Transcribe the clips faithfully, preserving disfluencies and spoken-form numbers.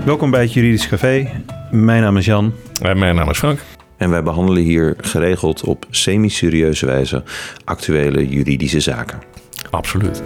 Welkom bij het Juridisch Café. Mijn naam is Jan. En mijn naam is Frank. En wij behandelen hier geregeld op semi-serieuze wijze actuele juridische zaken. Absoluut.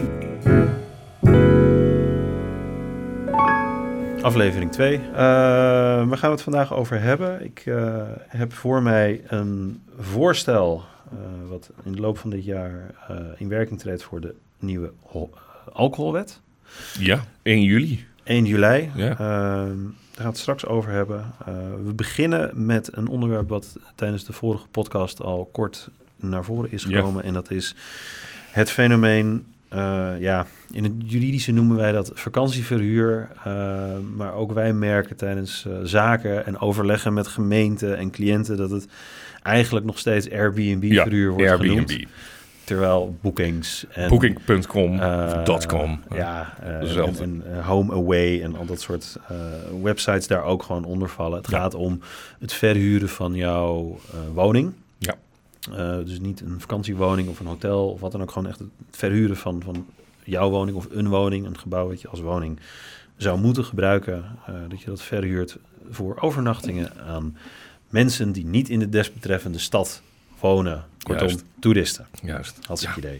Aflevering twee. Uh, waar gaan we het vandaag over hebben? Ik uh, heb voor mij een voorstel uh, wat in de loop van dit jaar uh, in werking treedt voor de nieuwe ho- alcoholwet. Ja, één juli. één juli. Ja. Uh, daar gaan we het straks over hebben. Uh, we beginnen met een onderwerp wat tijdens de vorige podcast al kort naar voren is gekomen. Ja. En dat is het fenomeen, uh, ja, in het juridische noemen wij dat vakantieverhuur. Uh, maar ook wij merken tijdens uh, zaken en overleggen met gemeenten en cliënten dat het eigenlijk nog steeds Airbnb-verhuur ja, wordt Airbnb. genoemd. Terwijl bookings en Booking punt com, uh, .com. Ja, uh, en, en uh, Home Away en al dat soort uh, websites daar ook gewoon onder vallen. Het ja. gaat om het verhuren van jouw uh, woning. Ja. Uh, dus niet een vakantiewoning of een hotel of wat dan ook. Gewoon echt het verhuren van, van jouw woning of een woning, een gebouw dat je als woning zou moeten gebruiken. Uh, dat je dat verhuurt voor overnachtingen aan mensen die niet in de desbetreffende stad wonen. Kortom, Juist. toeristen. Juist. Hartstikke ja. idee.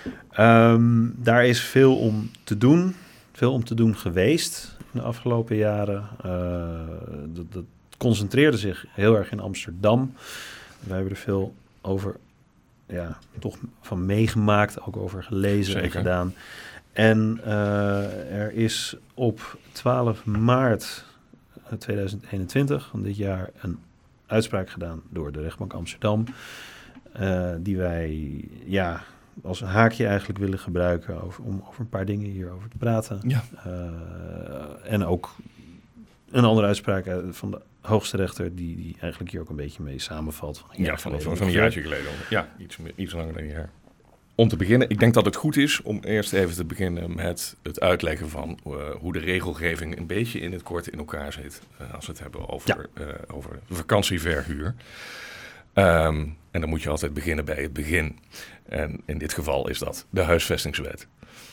Um, daar is veel om te doen. Veel om te doen geweest in de afgelopen jaren. Uh, dat, dat concentreerde zich heel erg in Amsterdam. Wij hebben er veel over, ja, toch van meegemaakt. Ook over gelezen Zeker. en gedaan. En uh, er is op twaalf maart tweeduizend eenentwintig van dit jaar een uitspraak gedaan door de rechtbank Amsterdam. Uh, die wij ja, als een haakje eigenlijk willen gebruiken over, om over een paar dingen hierover te praten. Ja. Uh, en ook een andere uitspraak van de hoogste rechter die, die eigenlijk hier ook een beetje mee samenvalt. Van ja, van, van, van een jaartje geleden. Ja, iets, iets langer dan een jaar. Om te beginnen, ik denk dat het goed is om eerst even te beginnen met het uitleggen van uh, hoe de regelgeving een beetje in het kort in elkaar zit. Uh, als we het hebben over, ja. uh, over vakantieverhuur. Um, en dan moet je altijd beginnen bij het begin. En in dit geval is dat de huisvestingswet.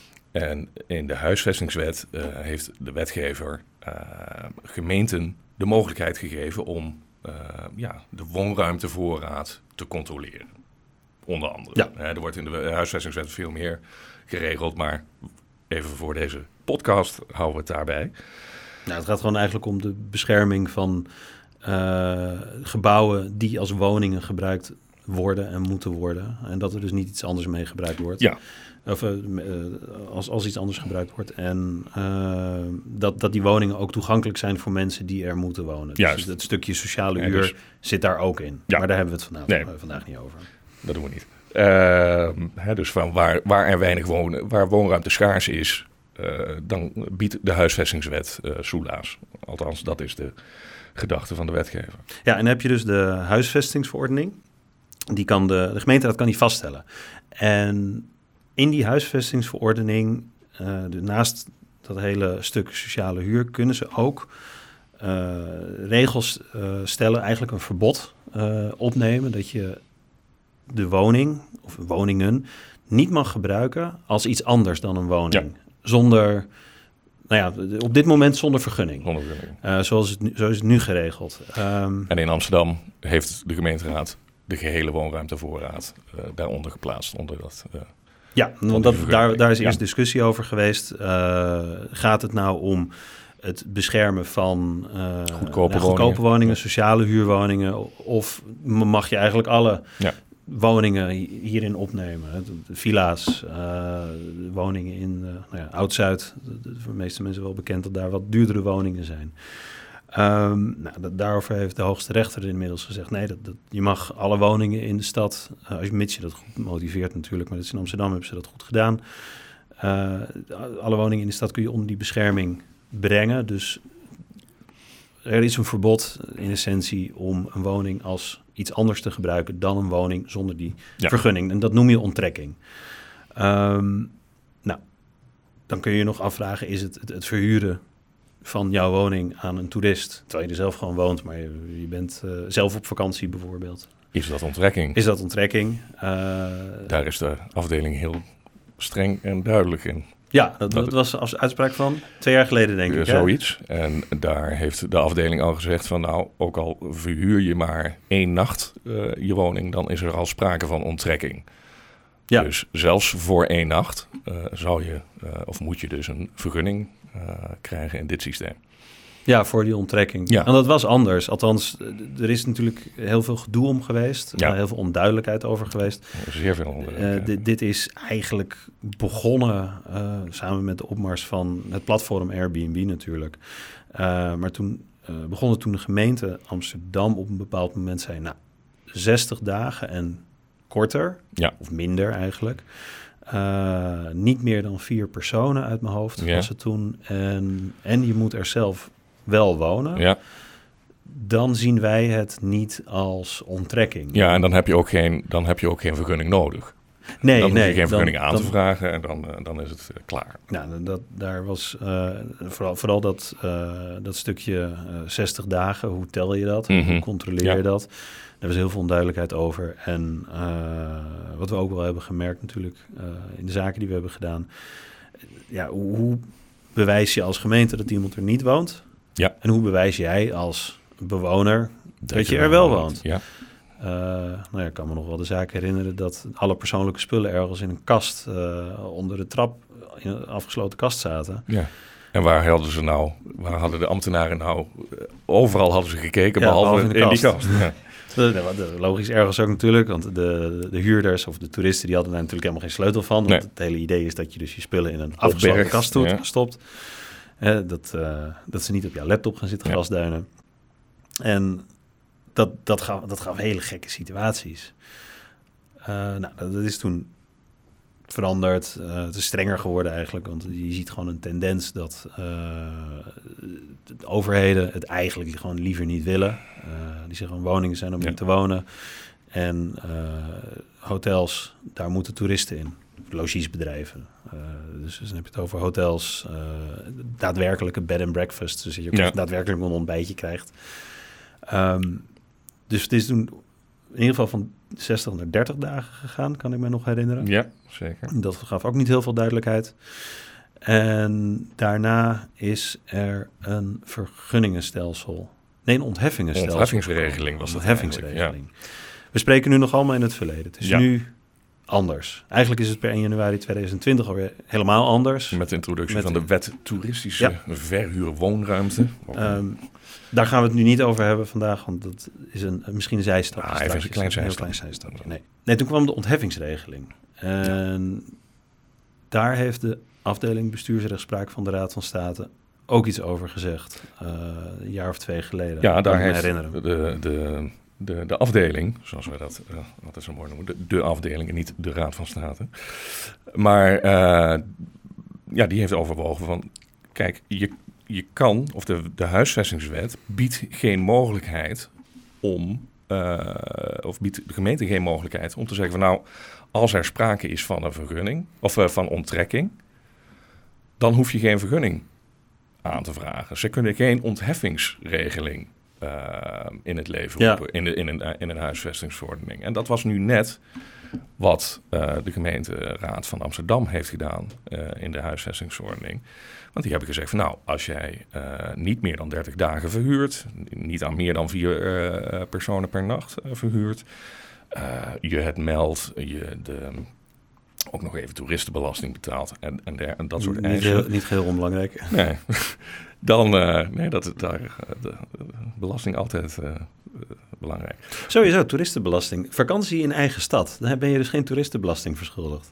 En in de huisvestingswet uh, heeft de wetgever uh, gemeenten de mogelijkheid gegeven om uh, ja, de woonruimtevoorraad te controleren. Onder andere. Ja. Uh, er wordt in de huisvestingswet veel meer geregeld, maar even voor deze podcast houden we het daarbij. Nou, het gaat gewoon eigenlijk om de bescherming van Uh, gebouwen die als woningen gebruikt worden en moeten worden. En dat er dus niet iets anders mee gebruikt wordt. Ja. Of uh, als, als iets anders gebruikt wordt. En uh, dat, dat die woningen ook toegankelijk zijn voor mensen die er moeten wonen. Juist. Dus dat stukje sociale ja, huur dus, zit daar ook in. Ja. Maar daar hebben we het vandaag, nee, vandaag niet over. Dat doen we niet. Uh, hè, dus van waar, waar er weinig wonen, waar woonruimte schaars is, uh, dan biedt de huisvestingswet uh, soelaas. Althans, dat is de gedachte van de wetgever. Ja, en dan heb je dus de huisvestingsverordening. Die kan de, de gemeenteraad kan die vaststellen. En in die huisvestingsverordening, uh, de, naast dat hele stuk sociale huur, kunnen ze ook uh, regels uh, stellen, eigenlijk een verbod uh, opnemen, dat je de woning of woningen niet mag gebruiken als iets anders dan een woning. Ja. Zonder... Nou ja, op dit moment zonder vergunning. Zonder vergunning. Uh, zoals het nu, zo is het nu geregeld. Um, en in Amsterdam heeft de gemeenteraad de gehele woonruimtevoorraad uh, daaronder geplaatst. Onder dat, uh, ja, want dat, daar, daar is eerst ja. discussie over geweest. Uh, gaat het nou om het beschermen van uh, goedkope, nou, goedkope woningen, woningen, sociale huurwoningen? Of mag je eigenlijk alle... Ja. woningen hierin opnemen. De villa's, uh, woningen in uh, nou ja, Oud-Zuid. Voor de meeste mensen wel bekend dat daar wat duurdere woningen zijn. Um, nou, dat, daarover heeft de hoogste rechter inmiddels gezegd... nee, dat, dat, je mag alle woningen in de stad... Uh, als je mits je dat goed motiveert natuurlijk... maar dat is in Amsterdam hebben ze dat goed gedaan. Uh, alle woningen in de stad kun je onder die bescherming brengen. Dus er is een verbod in essentie om een woning als iets anders te gebruiken dan een woning zonder die ja. vergunning. En dat noem je onttrekking. Um, nou, dan kun je je nog afvragen, is het, het het verhuren van jouw woning aan een toerist, terwijl je er zelf gewoon woont, maar je, je bent uh, zelf op vakantie bijvoorbeeld. Is dat onttrekking? Is dat onttrekking? Uh, Daar is de afdeling heel streng en duidelijk in. Ja, dat, dat, dat was als uitspraak van twee jaar geleden, denk ik. Zoiets. Hè? En daar heeft de afdeling al gezegd van... nou, ook al verhuur je maar één nacht uh, je woning... dan is er al sprake van onttrekking. Ja. Dus zelfs voor één nacht uh, zou je... Uh, of moet je dus een vergunning uh, krijgen in dit systeem. Ja, voor die onttrekking. Ja. En dat was anders. Althans, er is natuurlijk heel veel gedoe om geweest. Ja. Heel veel onduidelijkheid over geweest. Zeer veel onduidelijkheid. Uh, d- dit is eigenlijk begonnen uh, samen met de opmars van het platform Airbnb natuurlijk. Uh, maar toen uh, begonnen toen de gemeente Amsterdam op een bepaald moment zei... nou, zestig dagen en korter, ja. of minder eigenlijk... Uh, niet meer dan vier personen uit mijn hoofd ja. was het toen. En, en je moet er zelf wel wonen. Ja. Dan zien wij het niet als onttrekking. Ja, en dan heb je ook geen, dan heb je ook geen vergunning nodig. Nee, dan nee, hoef je geen vergunning dan, aan dan, te vragen en dan, uh, dan is het uh, klaar. Nou, dat, daar was uh, vooral, vooral dat, uh, dat stukje uh, zestig dagen. Hoe tel je dat? Mm-hmm. Hoe controleer ja. je dat? Daar was heel veel onduidelijkheid over. En uh, wat we ook wel hebben gemerkt natuurlijk uh, in de zaken die we hebben gedaan. Ja, hoe, hoe bewijs je als gemeente dat iemand er niet woont? Ja. En hoe bewijs jij als bewoner dat, dat je, je er wel woont? woont? Ja. Uh, nou ja, ik kan me nog wel de zaak herinneren dat alle persoonlijke spullen ergens in een kast uh, onder de trap in een afgesloten kast zaten. Ja. En waar hadden ze nou, waar hadden de ambtenaren nou, overal hadden ze gekeken, ja, behalve, behalve in, in die kast. Ja. De, de, logisch ergens ook natuurlijk, want de, de huurders of de toeristen die hadden daar natuurlijk helemaal geen sleutel van. Want nee. Het hele idee is dat je dus je spullen in een afgesloten berg, kast doet, ja. stopt. Uh, dat, uh, dat ze niet op jouw laptop gaan zitten grasduinen. En dat, dat, gaf, dat gaf hele gekke situaties. Uh, nou, dat, dat is toen veranderd. Uh, het is strenger geworden eigenlijk, want je ziet gewoon een tendens dat uh, de overheden het eigenlijk gewoon liever niet willen. Uh, die zeggen gewoon woningen zijn om ja. in te wonen. En uh, hotels, daar moeten toeristen in. Logiesbedrijven. Uh, dus, dus dan heb je het over hotels, uh, daadwerkelijke bed and breakfast. Dus dat je ook ja. daadwerkelijk een ontbijtje krijgt. Um, dus het is toen in ieder geval van zestig naar dertig dagen gegaan, kan ik me nog herinneren. Ja, zeker. Dat gaf ook niet heel veel duidelijkheid. En daarna is er een vergunningenstelsel. Nee, een ontheffingenstelsel. Ontheffingsregeling was dat. Ontheffingsregeling. Ja. We spreken nu nog allemaal in het verleden. Het is ja. nu anders. Eigenlijk is het per één januari tweeduizend twintig alweer helemaal anders. Met de introductie Met van de wet toeristische ja. verhuur woonruimte. Um, daar gaan we het nu niet over hebben vandaag, want dat is een, misschien een zijstapje. Ah, even een klein zijstapje. Heel klein zijstapje. Nee. nee, toen kwam de ontheffingsregeling. En ja. daar heeft de afdeling bestuursrechtspraak van de Raad van State ook iets over gezegd. Uh, een jaar of twee geleden. Ja, daar heeft de, de, de, de afdeling, zoals wij dat uh, altijd zo mooi noemen, de, de afdeling en niet de Raad van State. Maar uh, ja, die heeft overwogen van, kijk, je Je kan, of de, de huisvestingswet biedt geen mogelijkheid om, uh, of biedt de gemeente geen mogelijkheid om te zeggen van nou, als er sprake is van een vergunning, of uh, van onttrekking, dan hoef je geen vergunning aan te vragen. Ze kunnen geen ontheffingsregeling uh, in het leven roepen, ja. in, de, in, een, uh, in een huisvestingsverordening. En dat was nu net wat uh, de gemeenteraad van Amsterdam heeft gedaan uh, in de huisvestingsverordening. Want die hebben gezegd van nou, als jij uh, niet meer dan dertig dagen verhuurt, niet aan meer dan vier uh, personen per nacht uh, verhuurt, uh, je het meldt, je de, ook nog even toeristenbelasting betaalt en, en, der, en dat soort niet eisen. Heel, niet heel onbelangrijk. Nee, dan uh, nee, dat daar uh, de, de belasting altijd uh, uh, belangrijk. Sowieso, toeristenbelasting. Vakantie in eigen stad, dan ben je dus geen toeristenbelasting verschuldigd.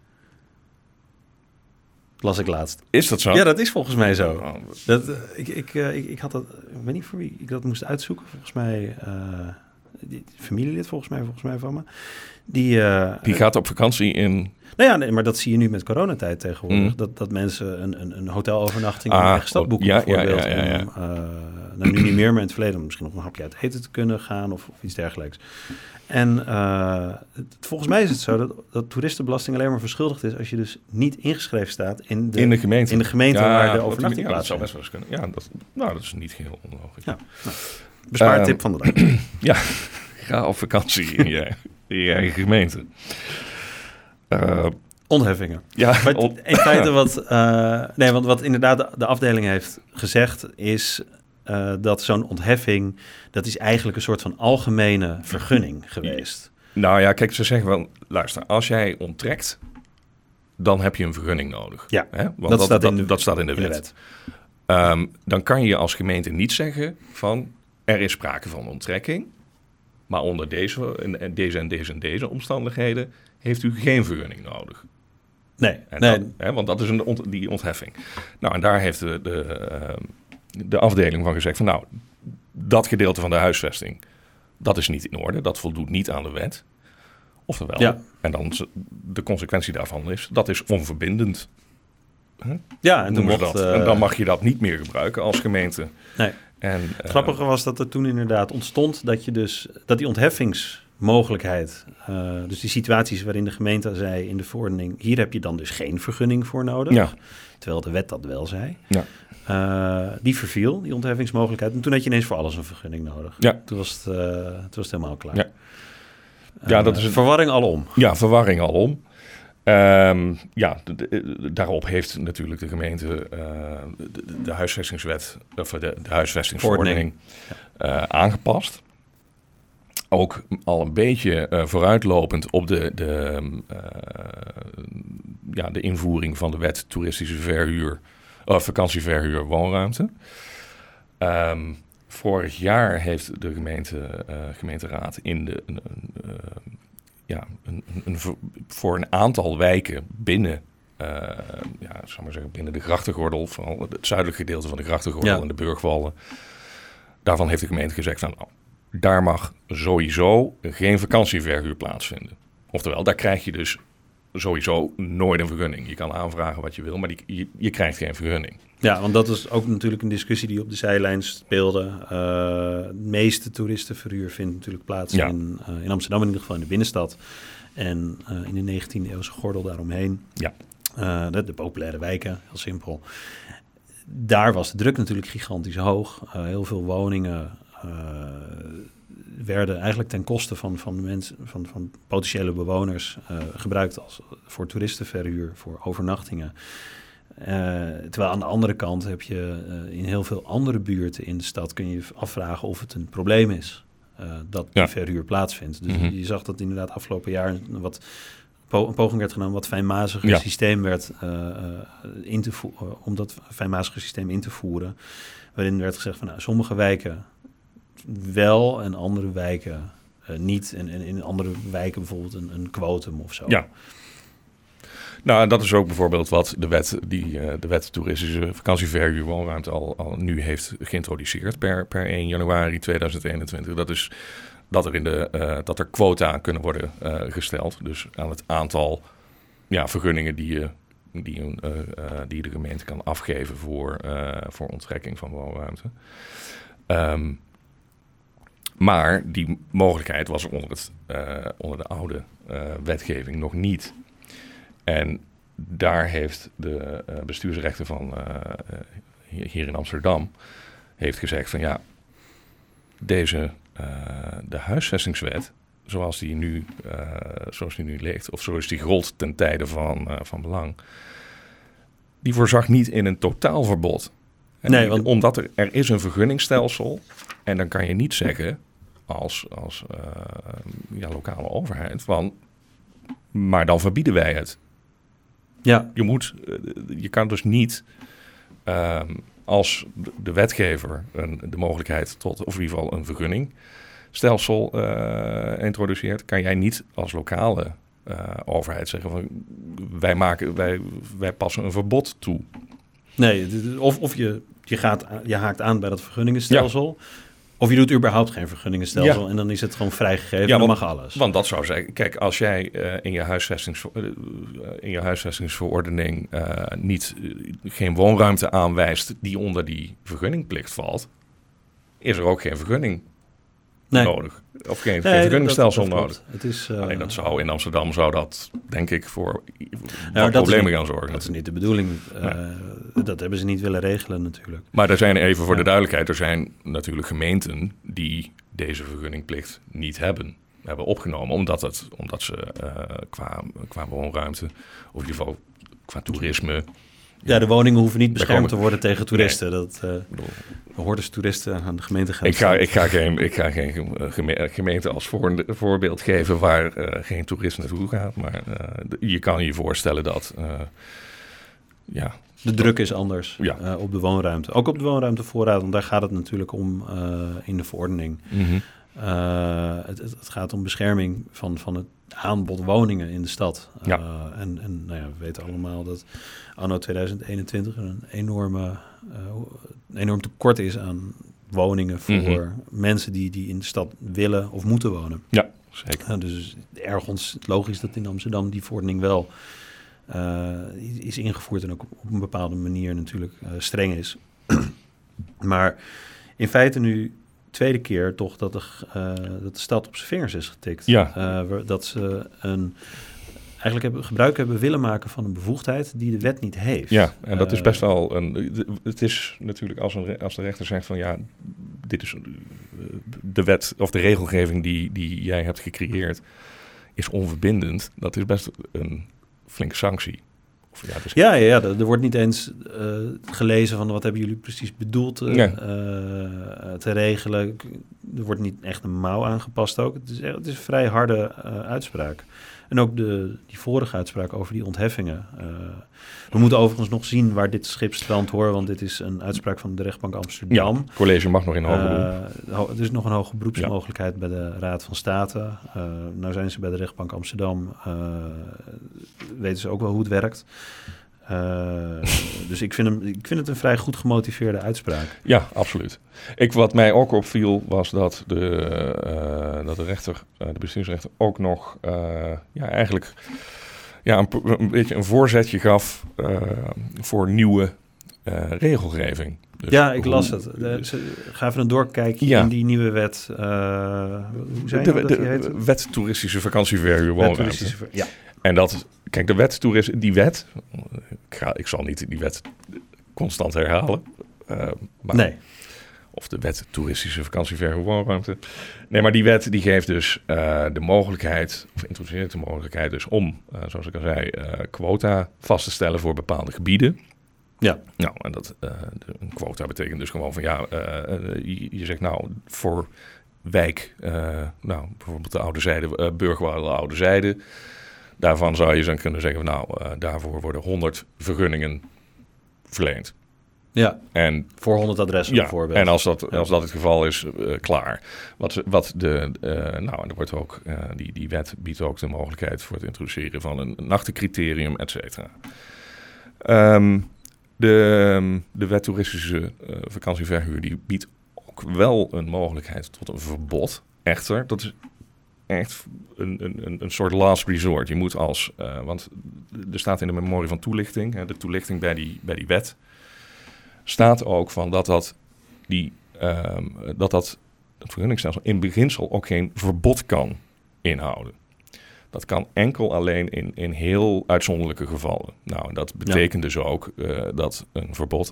Las ik laatst. Is dat zo? Ja, dat is volgens mij zo. Oh. Dat, uh, ik, ik, uh, ik, ik had dat, ik weet niet voor wie ik dat moest uitzoeken. Volgens mij, uh, die familielid volgens mij, volgens mij van me. Die, uh, die gaat op vakantie in... Nou ja, nee, maar dat zie je nu met coronatijd tegenwoordig. Mm. Dat, dat mensen een, een, een hotelovernachting in ah, eigen stad boeken ja, bijvoorbeeld. Ja, ja, ja, ja. Om, uh, nou, nu niet meer, maar in het verleden om misschien nog een hapje uit eten te kunnen gaan of, of iets dergelijks. En uh, het, volgens mij is het zo dat, dat toeristenbelasting alleen maar verschuldigd is als je dus niet ingeschreven staat in de, in de gemeente, in de gemeente ja, waar de overnachting ja, plaats dat zou best wel eens kunnen. Ja, dat, nou, dat is niet heel onlogisch. Ja, nou, bespaar tip uh, van de dag. Ja, ga op vakantie in je, in je eigen gemeente. Uh, Ontheffingen. Ja, maar on- in feite wat... Uh, nee, want wat inderdaad de, de afdeling heeft gezegd... is uh, dat zo'n ontheffing... dat is eigenlijk een soort van algemene vergunning geweest. Nou ja, kijk, ze zeggen wel... luister, als jij onttrekt... dan heb je een vergunning nodig. Ja, hè? Want dat, dat, staat, dat, in de, dat staat in de in de wet. wet. Um, dan kan je als gemeente niet zeggen van... er is sprake van onttrekking... maar onder deze en deze en deze en deze omstandigheden... heeft u geen vergunning nodig. Nee, en nee. Dat, hè, want dat is een ont, die ontheffing. Nou, en daar heeft de, de, uh, de afdeling van gezegd van... nou, dat gedeelte van de huisvesting... dat is niet in orde, dat voldoet niet aan de wet... Oftewel, ja. en dan de consequentie daarvan is, dat is onverbindend. Huh? Ja, en, dan mocht, dat. Uh... en dan mag je dat niet meer gebruiken als gemeente. Nee. En, uh... Het grappige was dat er toen inderdaad ontstond dat je dus dat die ontheffingsmogelijkheid, uh, dus die situaties waarin de gemeente zei in de verordening, hier heb je dan dus geen vergunning voor nodig, ja. terwijl de wet dat wel zei. Ja. Uh, die verviel, die ontheffingsmogelijkheid. En toen had je ineens voor alles een vergunning nodig. Ja. Toen was het, uh, toen was het helemaal klaar. Ja. Ja, dat is een verwarring alom. Ja, verwarring alom. Um, ja, de, de, daarop heeft natuurlijk de gemeente uh, de, de huisvestingswet of de, de huisvestingsverordening uh, aangepast. Ook al een beetje uh, vooruitlopend op de, de, uh, ja, de invoering van de wet toeristische verhuur, uh, vakantieverhuur woonruimte. Um, Vorig jaar heeft de gemeente, uh, gemeenteraad in de, een, een, uh, ja, een, een, een, voor een aantal wijken binnen, uh, ja, zal maar zeggen, binnen de grachtengordel, vooral het zuidelijke gedeelte van de grachtengordel ja. en de burgwallen, daarvan heeft de gemeente gezegd van, nou, daar mag sowieso geen vakantieverhuur plaatsvinden. Oftewel, daar krijg je dus sowieso nooit een vergunning. Je kan aanvragen wat je wil, maar die, je, je krijgt geen vergunning. Ja, want dat is ook natuurlijk een discussie die op de zijlijn speelde. Uh, de meeste toeristenverhuur vindt natuurlijk plaats ja. in, uh, in Amsterdam, in ieder geval in de binnenstad. En uh, in de negentiende eeuwse gordel daaromheen. Ja. Uh, de, de populaire wijken, heel simpel. Daar was de druk natuurlijk gigantisch hoog. Uh, heel veel woningen uh, werden eigenlijk ten koste van, van, de mensen, van, van potentiële bewoners uh, gebruikt als, voor toeristenverhuur, voor overnachtingen. Uh, terwijl aan de andere kant heb je uh, in heel veel andere buurten in de stad kun je afvragen of het een probleem is uh, dat ja. die verhuur plaatsvindt. Dus mm-hmm. je zag dat inderdaad afgelopen jaar een, wat po- een poging werd genomen, wat fijnmaziger ja. systeem werd uh, uh, in te vo- uh, om dat fijnmazige systeem in te voeren. Waarin werd gezegd van nou, sommige wijken wel en andere wijken uh, niet. En, en in andere wijken bijvoorbeeld een, een quotum of zo. Ja. Nou, dat is ook bijvoorbeeld wat de wet, die, uh, de wet toeristische vakantieverhuur woonruimte al, al nu heeft geïntroduceerd per, per één januari tweeduizend eenentwintig. Dat is dat er, in de, uh, dat er quota kunnen worden uh, gesteld. Dus aan het aantal ja, vergunningen die, je, die, uh, uh, die de gemeente kan afgeven voor, uh, voor onttrekking van woonruimte. Um, maar die mogelijkheid was er onder, het, uh, onder de oude uh, wetgeving nog niet. En daar heeft de uh, bestuursrechter van uh, hier in Amsterdam heeft gezegd van ja, deze uh, de huisvestingswet, zoals die nu, uh, zoals die nu leeft, of zoals die gold ten tijde van, uh, van belang, die voorzag niet in een totaalverbod. En nee, want... Omdat er, er is een vergunningstelsel en dan kan je niet zeggen als, als uh, ja, lokale overheid van, maar dan verbieden wij het. Ja. Je moet, je kan dus niet um, als de wetgever een, de mogelijkheid tot, of in ieder geval een vergunningstelsel uh, introduceert, kan jij niet als lokale uh, overheid zeggen van wij maken, wij, wij passen een verbod toe. Nee, of, of je, je, gaat, je haakt aan bij dat vergunningenstelsel. Ja. Of je doet überhaupt geen vergunningenstelsel ja. en dan is het gewoon vrijgegeven ja, en dan mag alles. Want dat zou zeggen, kijk, als jij uh, in, je huisvestings, uh, in je huisvestingsverordening uh, niet, uh, geen woonruimte aanwijst die onder die vergunningplicht valt, is er ook geen vergunning nee. nodig. Of geen, nee, geen vergunningstelsel dat, dat nodig. Het is, uh, Alleen dat zou in Amsterdam zou dat, denk ik, voor ja, problemen niet, gaan zorgen. Dat is niet de bedoeling. Uh, nee. Dat hebben ze niet willen regelen natuurlijk. Maar er zijn even voor ja. de duidelijkheid, er zijn natuurlijk gemeenten die deze vergunningplicht niet hebben. hebben opgenomen. Omdat, het, omdat ze uh, qua, qua woonruimte, of in ieder geval qua toerisme... Ja, de woningen hoeven niet beschermd komen... te worden tegen toeristen. Nee. Dat uh, hoort dus toeristen aan de gemeente gaan. Ik ga, ik ga geen, ik ga geen geme- gemeente als voor, voorbeeld geven waar uh, geen toerist naartoe gaat. Maar uh, je kan je voorstellen dat... Uh, ja, de druk is anders ja. uh, op de woonruimte. Ook op de woonruimtevoorraad, want daar gaat het natuurlijk om uh, in de verordening. Mm-hmm. Uh, het, het, het gaat om bescherming van, van het aanbod woningen in de stad. Ja. Uh, en en nou ja, we weten allemaal dat anno tweeduizend eenentwintig een enorme, uh, een enorm tekort is aan woningen voor mm-hmm. mensen die, die in de stad willen of moeten wonen. Ja, zeker. Uh, dus ergens logisch dat in Amsterdam die verordening wel uh, is ingevoerd en ook op, op een bepaalde manier natuurlijk uh, streng is. Maar in feite nu tweede keer toch dat de, uh, dat de stad op zijn vingers is getikt. Ja. Uh, dat ze een, eigenlijk hebben, gebruik hebben willen maken van een bevoegdheid die de wet niet heeft. Ja, en dat uh, is best wel een... Het is natuurlijk als, een, als de rechter zegt van ja, dit is de wet of de regelgeving die, die jij hebt gecreëerd is onverbindend. Dat is best een flinke sanctie. Of, ja, dus... ja, ja, ja, er wordt niet eens uh, gelezen van wat hebben jullie precies bedoeld uh, nee. uh, te regelen. Er wordt niet echt een mouw aangepast ook. Het is, het is een vrij harde uh, uitspraak. En ook de, die vorige uitspraak over die ontheffingen. Uh, we moeten overigens nog zien waar dit schip strandt hoor, want dit is een uitspraak van de rechtbank Amsterdam. Ja, het college mag nog in hoger beroep. Uh, er is nog een hoge beroepsmogelijkheid ja. bij de Raad van State. Uh, nou zijn ze bij de rechtbank Amsterdam. Uh, weten ze ook wel hoe het werkt. Uh, dus ik vind, hem, ik vind het een vrij goed gemotiveerde uitspraak. Ja, absoluut. Ik, wat mij ook opviel was dat de, uh, dat de rechter, uh, de bestuursrechter ook nog uh, ja, eigenlijk ja, een, een beetje een voorzetje gaf uh, voor nieuwe uh, regelgeving. Dus ja, ik las hoe, het. De, ze, ga even een doorkijkje ja. in die nieuwe wet. Uh, hoe zei de, dat de, die heet? Wet toeristische vakantieverhuur woonruimte. Ja. En dat, kijk, de wet toerisme, die wet, ik, ga, ik zal niet die wet constant herhalen. Uh, maar, nee. Of de wet toeristische vakantieverhuur woonruimte. Nee, maar die wet die geeft dus uh, de mogelijkheid, of introduceert de mogelijkheid dus om, uh, zoals ik al zei, uh, quota vast te stellen voor bepaalde gebieden. Ja. Nou, en dat uh, de, een quota betekent dus gewoon van ja, uh, uh, je, je zegt nou voor wijk, uh, nou bijvoorbeeld de Oude Zijde, uh, Burgwal, Oude Zijde. Daarvan zou je dan kunnen zeggen, nou, uh, daarvoor worden honderd vergunningen verleend. Ja, en voor honderd adressen ja, bijvoorbeeld. En als dat, als dat het geval is, uh, klaar. Wat, wat de, uh, nou, en er wordt ook, uh, die, die wet biedt ook de mogelijkheid voor het introduceren van een nachtencriterium, et cetera. Um, de, de wet toeristische uh, vakantieverhuur, die biedt ook wel een mogelijkheid tot een verbod. Echter, dat is echt een, een, een soort last resort. Je moet als, uh, want er staat in de memorie van toelichting, hè, de toelichting bij die, bij die wet, staat ook van dat dat, die, um, dat, dat het vergunningsstelsel in beginsel ook geen verbod kan inhouden. Dat kan enkel alleen in, in heel uitzonderlijke gevallen. Nou, dat betekent ja. dus ook uh, dat een verbod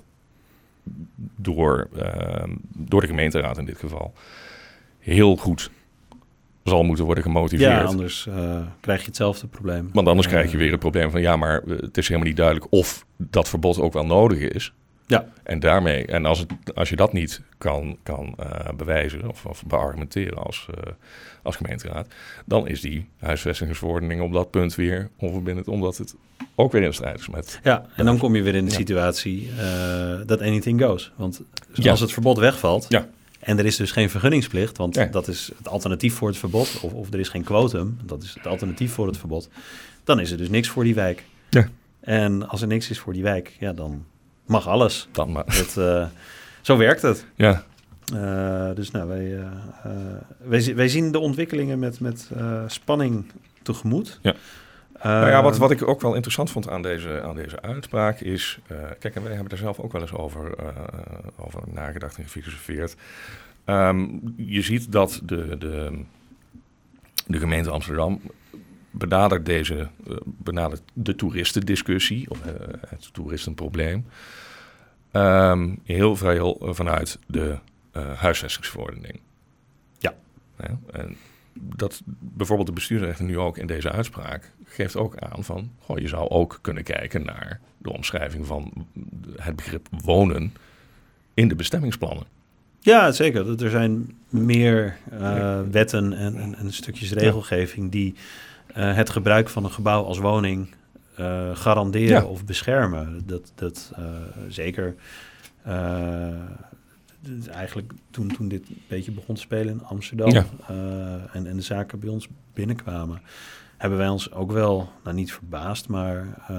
door, uh, door de gemeenteraad in dit geval heel goed zal moeten worden gemotiveerd. Ja, anders uh, krijg je hetzelfde probleem. Want anders uh, krijg je weer het probleem van ja, maar het is helemaal niet duidelijk of dat verbod ook wel nodig is. Ja. En daarmee, en als, het, als je dat niet kan, kan uh, bewijzen of, of beargumenteren als, uh, als gemeenteraad, dan is die huisvestingsverordening op dat punt weer onverbindend, omdat het ook weer in strijd is met... Ja, en dan kom je weer in de ja. situatie uh, dat anything goes. Want als ja. het verbod wegvalt ja. en er is dus geen vergunningsplicht, want ja. dat is het alternatief voor het verbod, of, of er is geen quotum, dat is het alternatief voor het verbod, dan is er dus niks voor die wijk. Ja. En als er niks is voor die wijk, ja, dan mag alles. Dan maar. Dat, uh, zo werkt het. Ja. Uh, dus nou, wij, uh, uh, wij, wij zien de ontwikkelingen met, met uh, spanning tegemoet. Ja. Uh, nou ja, wat, wat ik ook wel interessant vond aan deze, aan deze uitspraak is... Uh, kijk, en wij hebben daar zelf ook wel eens over, uh, over nagedacht en gefilosofeerd. Um, je ziet dat de, de, de gemeente Amsterdam benadert deze, uh, benadert de toeristendiscussie, of uh, het toeristenprobleem, um, heel veel vanuit de uh, huisvestingsverordening. Ja. ja en dat bijvoorbeeld de bestuursrechter nu ook in deze uitspraak geeft ook aan van, goh, je zou ook kunnen kijken naar de omschrijving van het begrip wonen in de bestemmingsplannen. Ja, zeker. Er zijn meer uh, wetten en, en, en stukjes regelgeving die uh, het gebruik van een gebouw als woning uh, garanderen ja. of beschermen. Dat, dat uh, zeker uh, eigenlijk toen, toen dit een beetje begon te spelen in Amsterdam ja. uh, en, en de zaken bij ons binnenkwamen, hebben wij ons ook wel, nou niet verbaasd, maar uh,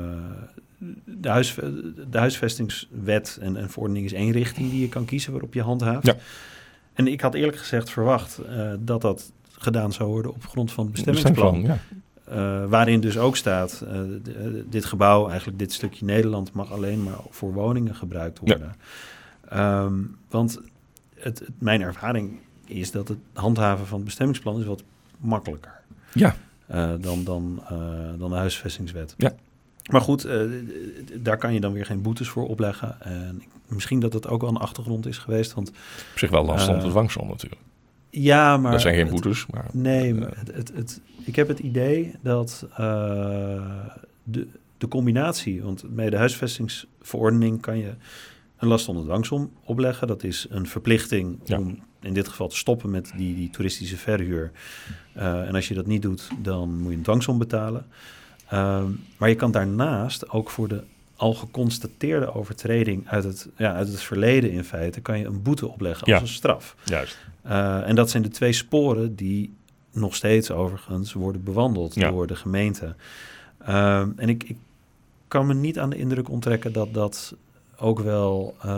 de, huis, de huisvestingswet en, en verordening is één richting die je kan kiezen waarop je handhaaft. Ja. En ik had eerlijk gezegd verwacht uh, dat dat gedaan zou worden op grond van het bestemmingsplan. Ja. Uh, waarin dus ook staat, uh, d- dit gebouw, eigenlijk dit stukje Nederland, mag alleen maar voor woningen gebruikt worden. Ja. Um, want het, het, mijn ervaring is dat het handhaven van het bestemmingsplan is wat makkelijker. Ja. Uh, dan, dan, uh, dan de huisvestingswet. Ja. Maar goed, uh, daar kan je dan weer geen boetes voor opleggen. En misschien dat dat ook wel een achtergrond is geweest. Want, op zich wel last om te dwangsom natuurlijk. Ja, maar... Dat zijn geen het, boetes, maar... Nee, uh, maar het, het, het, ik heb het idee dat uh, de, de combinatie... Want met de huisvestingsverordening kan je een last onder dwangsom opleggen. Dat is een verplichting ja. om in dit geval te stoppen met die, die toeristische verhuur. Uh, en als je dat niet doet, dan moet je een dwangsom betalen. Um, maar je kan daarnaast ook voor de al geconstateerde overtreding uit het, ja, uit het verleden in feite, kan je een boete opleggen ja. als een straf. Juist. Uh, en dat zijn de twee sporen die nog steeds overigens worden bewandeld ja. door de gemeente. Um, en ik, ik kan me niet aan de indruk onttrekken dat dat ook wel uh,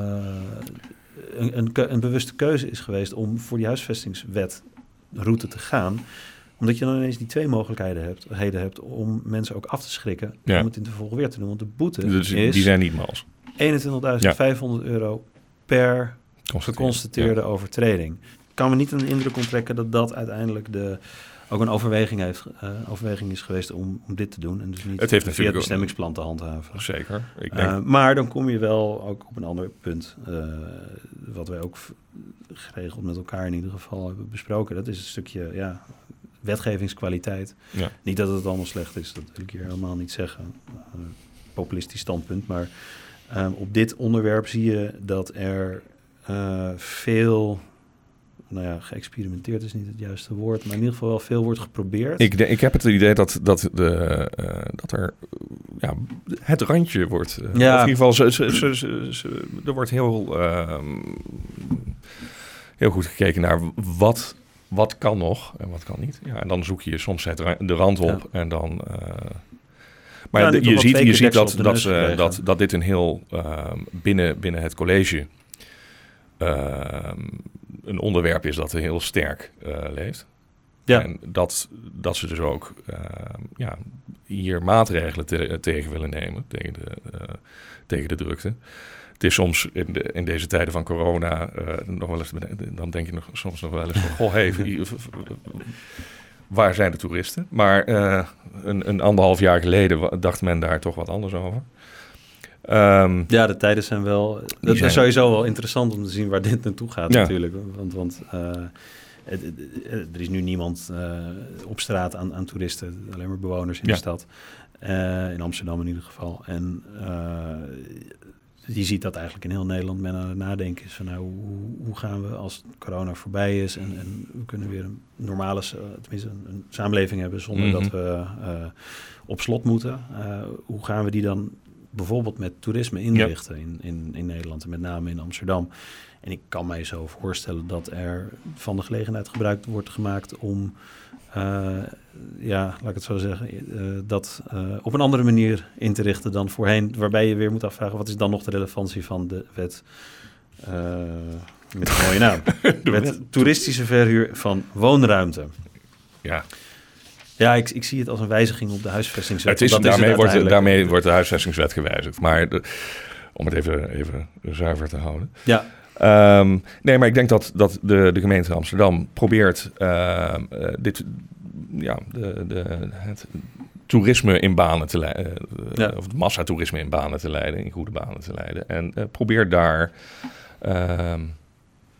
een, een, een bewuste keuze is geweest om voor die huisvestingswet route te gaan. Omdat je dan ineens die twee mogelijkheden hebt, heden hebt om mensen ook af te schrikken ja. om het in de vervolg weer te doen. Want de boete dus is die zijn niet mals. eenentwintigduizend vijfhonderd ja. euro per geconstateerde ja. overtreding. Ik kan me niet aan de indruk onttrekken dat dat uiteindelijk de, ook een overweging, heeft, uh, overweging is geweest om, om dit te doen. En dus niet het heeft via het bestemmingsplan te handhaven. Zeker. Ik denk... uh, maar dan kom je wel ook op een ander punt, uh, wat wij ook geregeld met elkaar in ieder geval hebben besproken. Dat is een stukje... ja. wetgevingskwaliteit. Ja. Niet dat het allemaal slecht is, dat wil ik hier helemaal niet zeggen. Uh, populistisch standpunt, maar um, op dit onderwerp zie je dat er uh, veel, nou ja, geëxperimenteerd is niet het juiste woord, maar in ieder geval wel veel wordt geprobeerd. Ik, de, ik heb het idee dat, dat, de, uh, dat er ja, het randje wordt. Uh, ja. In ieder geval, ze, ze, ze, ze, ze, er wordt heel, uh, heel goed gekeken naar wat... Wat kan nog en wat kan niet? Ja, en dan zoek je soms het ra- de rand op ja. en dan... Uh... Maar ja, de, je, ziet, je ziet dat, dat, uh, dat, dat dit een heel... Uh, binnen, binnen het college... Uh, een onderwerp is dat er heel sterk uh, leeft. Ja. En dat, dat ze dus ook uh, ja, hier maatregelen te, tegen willen nemen... tegen de, uh, tegen de drukte. Het is soms in, de, in deze tijden van corona uh, nog wel eens, dan denk je nog, soms nog wel eens van, goh, hey, waar zijn de toeristen? Maar uh, een, een anderhalf jaar geleden dacht men daar toch wat anders over. Um, ja, de tijden zijn wel... Dat zijn... is sowieso wel interessant om te zien waar dit naartoe gaat ja. natuurlijk. Want, want uh, het, het, er is nu niemand uh, op straat aan, aan toeristen. Alleen maar bewoners in ja. de stad. Uh, in Amsterdam in ieder geval. En... Uh, je ziet dat eigenlijk in heel Nederland men aan het nadenken is van nou, hoe, hoe gaan we als corona voorbij is en, en we kunnen weer een normale, tenminste een, een samenleving hebben zonder mm-hmm. dat we uh, op slot moeten. Uh, hoe gaan we die dan bijvoorbeeld met toerisme inrichten ja. in, in, in Nederland en met name in Amsterdam. En ik kan mij zo voorstellen dat er van de gelegenheid gebruik wordt gemaakt om Uh, ja, laat ik het zo zeggen, uh, dat uh, op een andere manier in te richten dan voorheen, waarbij je weer moet afvragen, wat is dan nog de relevantie van de wet uh, met een mooie naam? Met toeristische verhuur van woonruimte. Ja. Ja, ik, ik zie het als een wijziging op de huisvestingswet. Het is, daarmee, is het wordt, daarmee wordt de huisvestingswet gewijzigd, maar de, om het even, even zuiver te houden. Ja. Um, nee, maar ik denk dat, dat de, de gemeente Amsterdam probeert uh, uh, dit, ja, de, de, het toerisme in banen te leiden, uh, ja. of het massatoerisme in banen te leiden, in goede banen te leiden. En uh, probeert daar uh,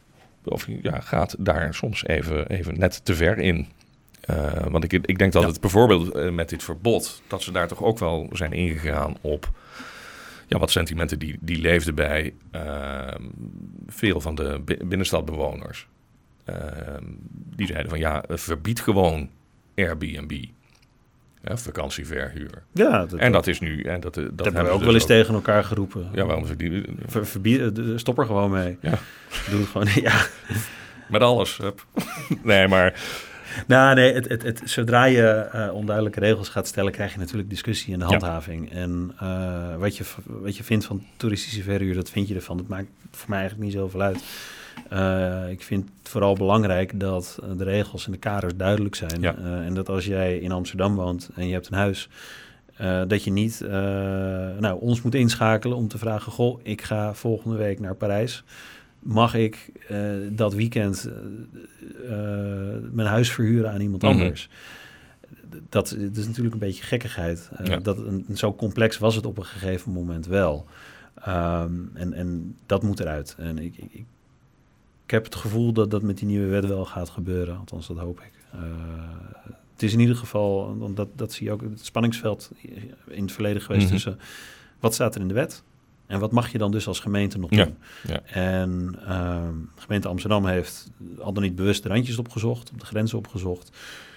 of ja, gaat daar soms even, even net te ver in. Uh, want ik, ik denk dat ja. het bijvoorbeeld uh, met dit verbod, dat ze daar toch ook wel zijn ingegaan op ja, wat sentimenten die, die leefden bij uh, veel van de binnenstadbewoners. Uh, die zeiden van ja, verbied gewoon Airbnb. Ja, vakantieverhuur. Ja, dat, en dat is nu... En dat, dat, dat hebben we ook dus wel eens ook tegen elkaar geroepen. Ja, waarom verbieden? Ver, verbieden, stop er gewoon mee. Ja. Doe het gewoon, ja. Met alles. Nee, maar... Nou, nee, het, het, het, zodra je uh, onduidelijke regels gaat stellen, krijg je natuurlijk discussie in de handhaving. Ja. En uh, wat, je, wat je vindt van toeristische verhuur, dat vind je ervan. Dat maakt voor mij eigenlijk niet zoveel uit. Uh, ik vind het vooral belangrijk dat de regels en de kaders duidelijk zijn. Ja. Uh, en dat als jij in Amsterdam woont en je hebt een huis, uh, dat je niet uh, nou, ons moet inschakelen om te vragen, goh, ik ga volgende week naar Parijs. Mag ik uh, dat weekend uh, uh, mijn huis verhuren aan iemand mm-hmm. anders? Dat, dat is natuurlijk een beetje gekkigheid. Uh, ja. dat, een, zo complex was het op een gegeven moment wel. Um, en, en dat moet eruit. En ik, ik, ik heb het gevoel dat dat met die nieuwe wet wel gaat gebeuren. Althans, dat hoop ik. Uh, het is in ieder geval, want dat, dat zie je ook, het spanningsveld in het verleden geweest mm-hmm. tussen wat staat er in de wet en wat mag je dan dus als gemeente nog doen. Ja, ja. En uh, de gemeente Amsterdam heeft al dan niet bewust de randjes opgezocht, op de grenzen opgezocht.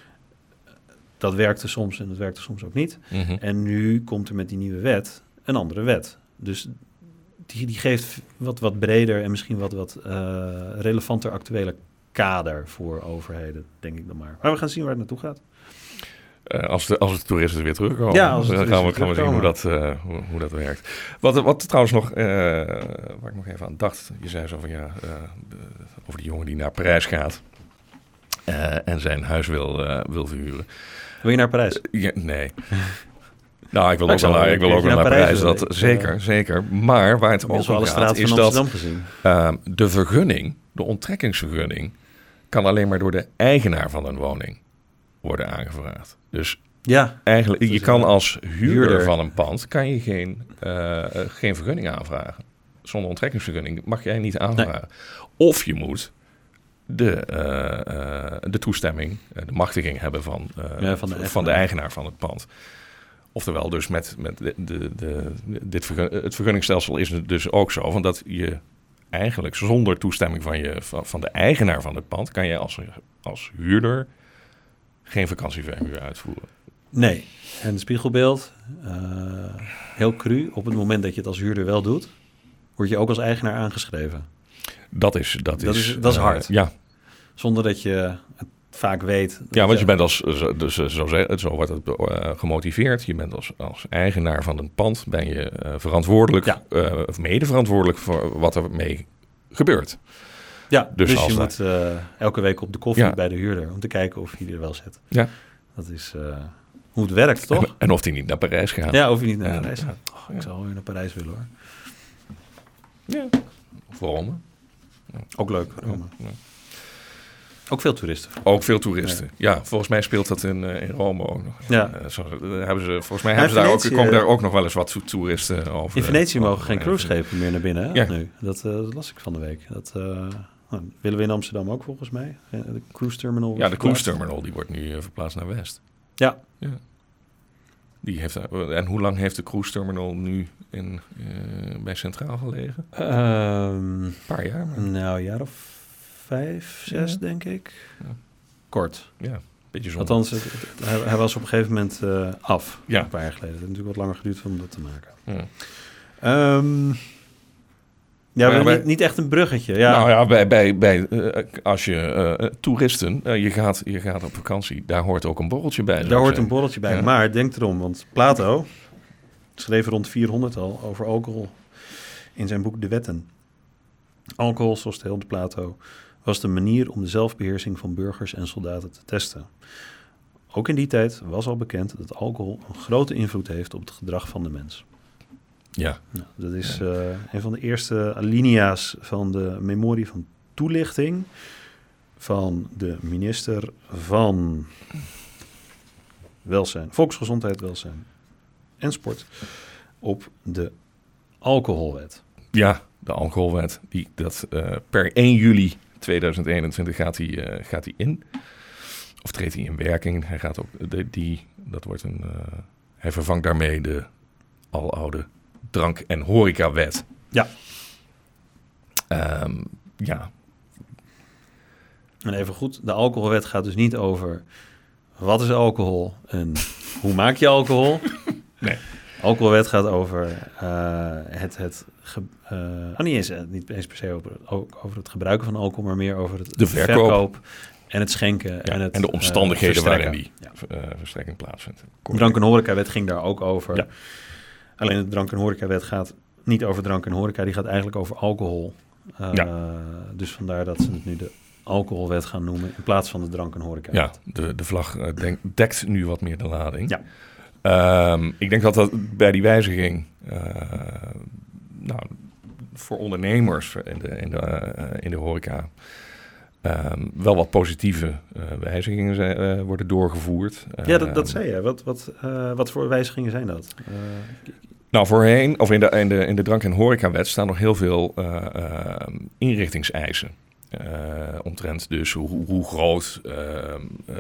Dat werkte soms en dat werkte soms ook niet. Mm-hmm. En nu komt er met die nieuwe wet een andere wet. Dus die, die geeft wat, wat breder en misschien wat, wat uh, relevanter actuele kader voor overheden, denk ik dan maar. Maar we gaan zien waar het naartoe gaat. Uh, als, de, als de toeristen weer terugkomen, ja, als dan gaan we, gaan we zien hoe dat, uh, hoe, hoe dat werkt. Wat, wat trouwens nog, uh, waar ik nog even aan dacht, je zei zo van ja, uh, de, over die jongen die naar Parijs gaat uh, en zijn huis wil, uh, wil verhuren. Wil je naar Parijs? Uh, ja, nee. Nou, ik wil ook wel naar, ik wil ook wel naar Parijs. Parijs dat, zeker, uh, zeker. Maar waar het ook om gaat, is dat uh, de vergunning, de onttrekkingsvergunning, kan alleen maar door de eigenaar van een woning worden aangevraagd. Dus ja, eigenlijk, je kan als huurder, huurder van een pand kan je geen, uh, geen vergunning aanvragen. Zonder onttrekkingsvergunning mag jij niet aanvragen. Nee. Of je moet de, uh, uh, de toestemming, uh, de machtiging hebben van, uh, ja, van, de van de eigenaar van het pand. Oftewel, dus met, met de, de, de, dit vergun, het vergunningsstelsel is het dus ook zo, van dat je eigenlijk zonder toestemming van, je, van, van de eigenaar van het pand, kan je als, als huurder geen vakantieverhuur uitvoeren. Nee, en het spiegelbeeld, uh, heel cru, op het moment dat je het als huurder wel doet, word je ook als eigenaar aangeschreven. Dat is, dat dat is, is, dat is uh, hard. Ja. Zonder dat je het vaak weet. Ja, want je bent als, dus zo, zo wordt het uh, gemotiveerd. Je bent als, als eigenaar van een pand, ben je uh, verantwoordelijk, ja. uh, of mede verantwoordelijk voor wat er mee gebeurt. Ja, dus, dus je moet uh, elke week op de koffie ja. bij de huurder om te kijken of hij er wel zit. Ja. Dat is uh, hoe het werkt, toch? En, en of hij niet naar Parijs gaat. Ja, of hij niet naar ja, Parijs gaat. Oh, ik ja. zou weer naar Parijs willen, hoor. Ja, of Rome. Ja. Ook leuk, Rome. Ja. Ja. Ook veel toeristen. Ook veel toeristen. Ja, ja volgens mij speelt dat in, uh, in Rome ook nog. Ja. Uh, zo, uh, hebben ze, volgens mij hebben ze daar ook, komen daar ook nog wel eens wat toeristen over. In Venetië uh, mogen geen cruiseschepen meer naar binnen, hè? Ja. Nu. Dat, uh, dat las ik van de week. Dat uh, nou, willen we in Amsterdam ook volgens mij. De cruise terminal. Ja, de cruise terminal die wordt nu uh, verplaatst naar West. Ja. ja. Die heeft, uh, en hoe lang heeft de cruise terminal nu in, uh, bij Centraal gelegen? Um, Een paar jaar. Maar. Nou, een jaar of vijf, zes, ja. denk ik. Ja. Kort. Ja, beetje zonde. Althans, het, het, hij, hij was op een gegeven moment uh, af. Ja. Een paar jaar geleden. Het heeft natuurlijk wat langer geduurd om dat te maken. Ja, um, ja, we ja bij, niet, niet echt een bruggetje. Ja. Nou ja, bij, bij, bij, uh, als je uh, toeristen, uh, je, gaat, je gaat op vakantie, daar hoort ook een borreltje bij. Daar hoort zijn. een borreltje bij. Ja. Maar denk erom, want Plato schreef rond vierhonderd al over alcohol in zijn boek De Wetten. Alcohol, zoals de hele Plato, was de manier om de zelfbeheersing van burgers en soldaten te testen. Ook in die tijd was al bekend dat alcohol een grote invloed heeft op het gedrag van de mens. Ja. Nou, dat is ja. uh, een van de eerste alinea's van de memorie van toelichting van de minister van Welzijn, Volksgezondheid, Welzijn en Sport op de alcoholwet. Ja, de alcoholwet, die dat uh, per één juli tweeduizend eenentwintig gaat hij uh, gaat hij in. Of treedt hij in werking. Hij gaat ook, de, die, dat wordt een, uh, hij vervangt daarmee de aloude drank- en horecawet. Ja. Um, ja. En even goed, de alcoholwet gaat dus niet over wat is alcohol en hoe maak je alcohol. Nee. De alcoholwet gaat over uh, het, het ge, uh, oh, niet, eens, niet eens per se over, over het gebruiken van alcohol, maar meer over het de verkoop, verkoop en het schenken. Ja, en, het, en de omstandigheden uh, waarin die ja. uh, verstrekking plaatsvindt. De drank- en horecawet ging daar ook over. Ja. Alleen de drank- en horecawet gaat niet over drank en horeca, die gaat eigenlijk over alcohol. Uh, ja. Dus vandaar dat ze het nu de alcoholwet gaan noemen in plaats van de drank- en horeca. Ja, de, de vlag uh, denk, dekt nu wat meer de lading. Ja. Um, ik denk dat dat bij die wijziging, uh, nou, voor ondernemers in de, in de, uh, in de horeca, um, wel wat positieve uh, wijzigingen zijn, uh, worden doorgevoerd. Ja, dat, dat zei je. Wat, wat, uh, wat voor wijzigingen zijn dat? Uh, Nou, voorheen, of in de, in de, in de drank- en horecawet staan nog heel veel uh, uh, inrichtingseisen. Uh, omtrent dus hoe, hoe groot uh, uh,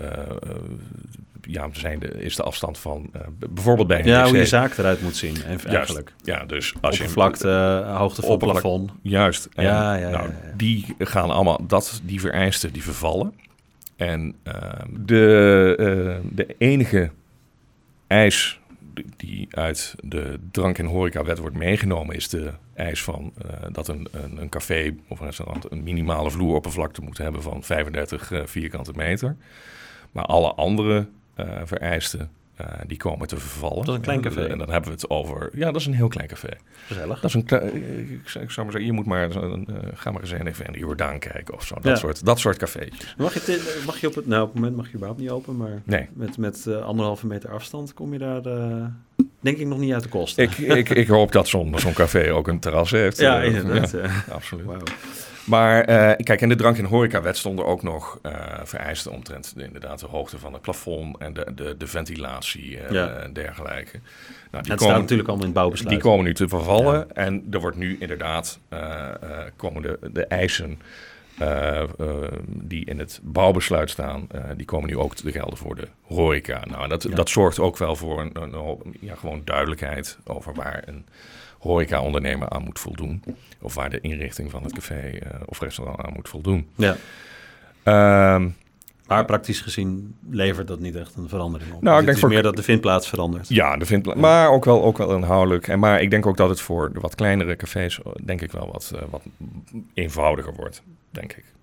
ja, zijn de, is de afstand van uh, bijvoorbeeld bij een ja, wc. hoe je zaak eruit moet zien. En eigenlijk. Ja, dus als je oppervlakte, uh, hoogte van het plafond. Juist. En, ja, ja, nou, ja, ja. Die gaan allemaal, dat, die vereisten, die vervallen. En uh, de, uh, de enige eis die uit de drank- en horecawet wordt meegenomen, is de eis van uh, dat een, een, een café of een restaurant een minimale vloeroppervlakte moet hebben van vijfendertig uh, vierkante meter. Maar alle andere uh, vereisten, uh, die komen te vervallen. Dat is een klein café. En dan hebben we het over, ja, dat is een heel klein café. Gezellig. Dat is een klein, ik zou maar zeggen, je moet maar, uh, ga maar eens even in de Jordaan kijken of zo. Dat, ja. soort, dat soort cafeetjes. Mag je, te, mag je op het, nou op het moment mag je überhaupt niet open, maar nee. met, met uh, anderhalve meter afstand kom je daar uh, denk ik nog niet uit de kosten. Ik, ik, ik hoop dat zo'n, zo'n café ook een terras heeft. Ja, uh, inderdaad. Ja, ja. absoluut. Wow. Maar uh, kijk, in de drank- en horecawet stonden ook nog uh, vereisten omtrent de, inderdaad de hoogte van het plafond en de, de, de ventilatie uh, ja. en dergelijke. Nou, die het komen, staat natuurlijk allemaal in het bouwbesluit. Die komen nu te vervallen ja. en er wordt nu inderdaad uh, uh, komen de, de eisen uh, uh, die in het bouwbesluit staan, uh, die komen nu ook te gelden voor de horeca. Nou, en dat, ja. dat zorgt ook wel voor een, een, een ja, gewoon duidelijkheid over waar een horeca-ondernemer aan moet voldoen. Of waar de inrichting van het café uh, of restaurant aan moet voldoen. Ja. Um, maar praktisch gezien levert dat niet echt een verandering op. Nou, dus ik denk het is voor... meer dat de vindplaats verandert. Ja, de vindpla- ja. maar ook wel, ook wel inhoudelijk. En maar ik denk ook dat het voor de wat kleinere cafés denk ik wel wat, uh, wat eenvoudiger wordt, denk ik.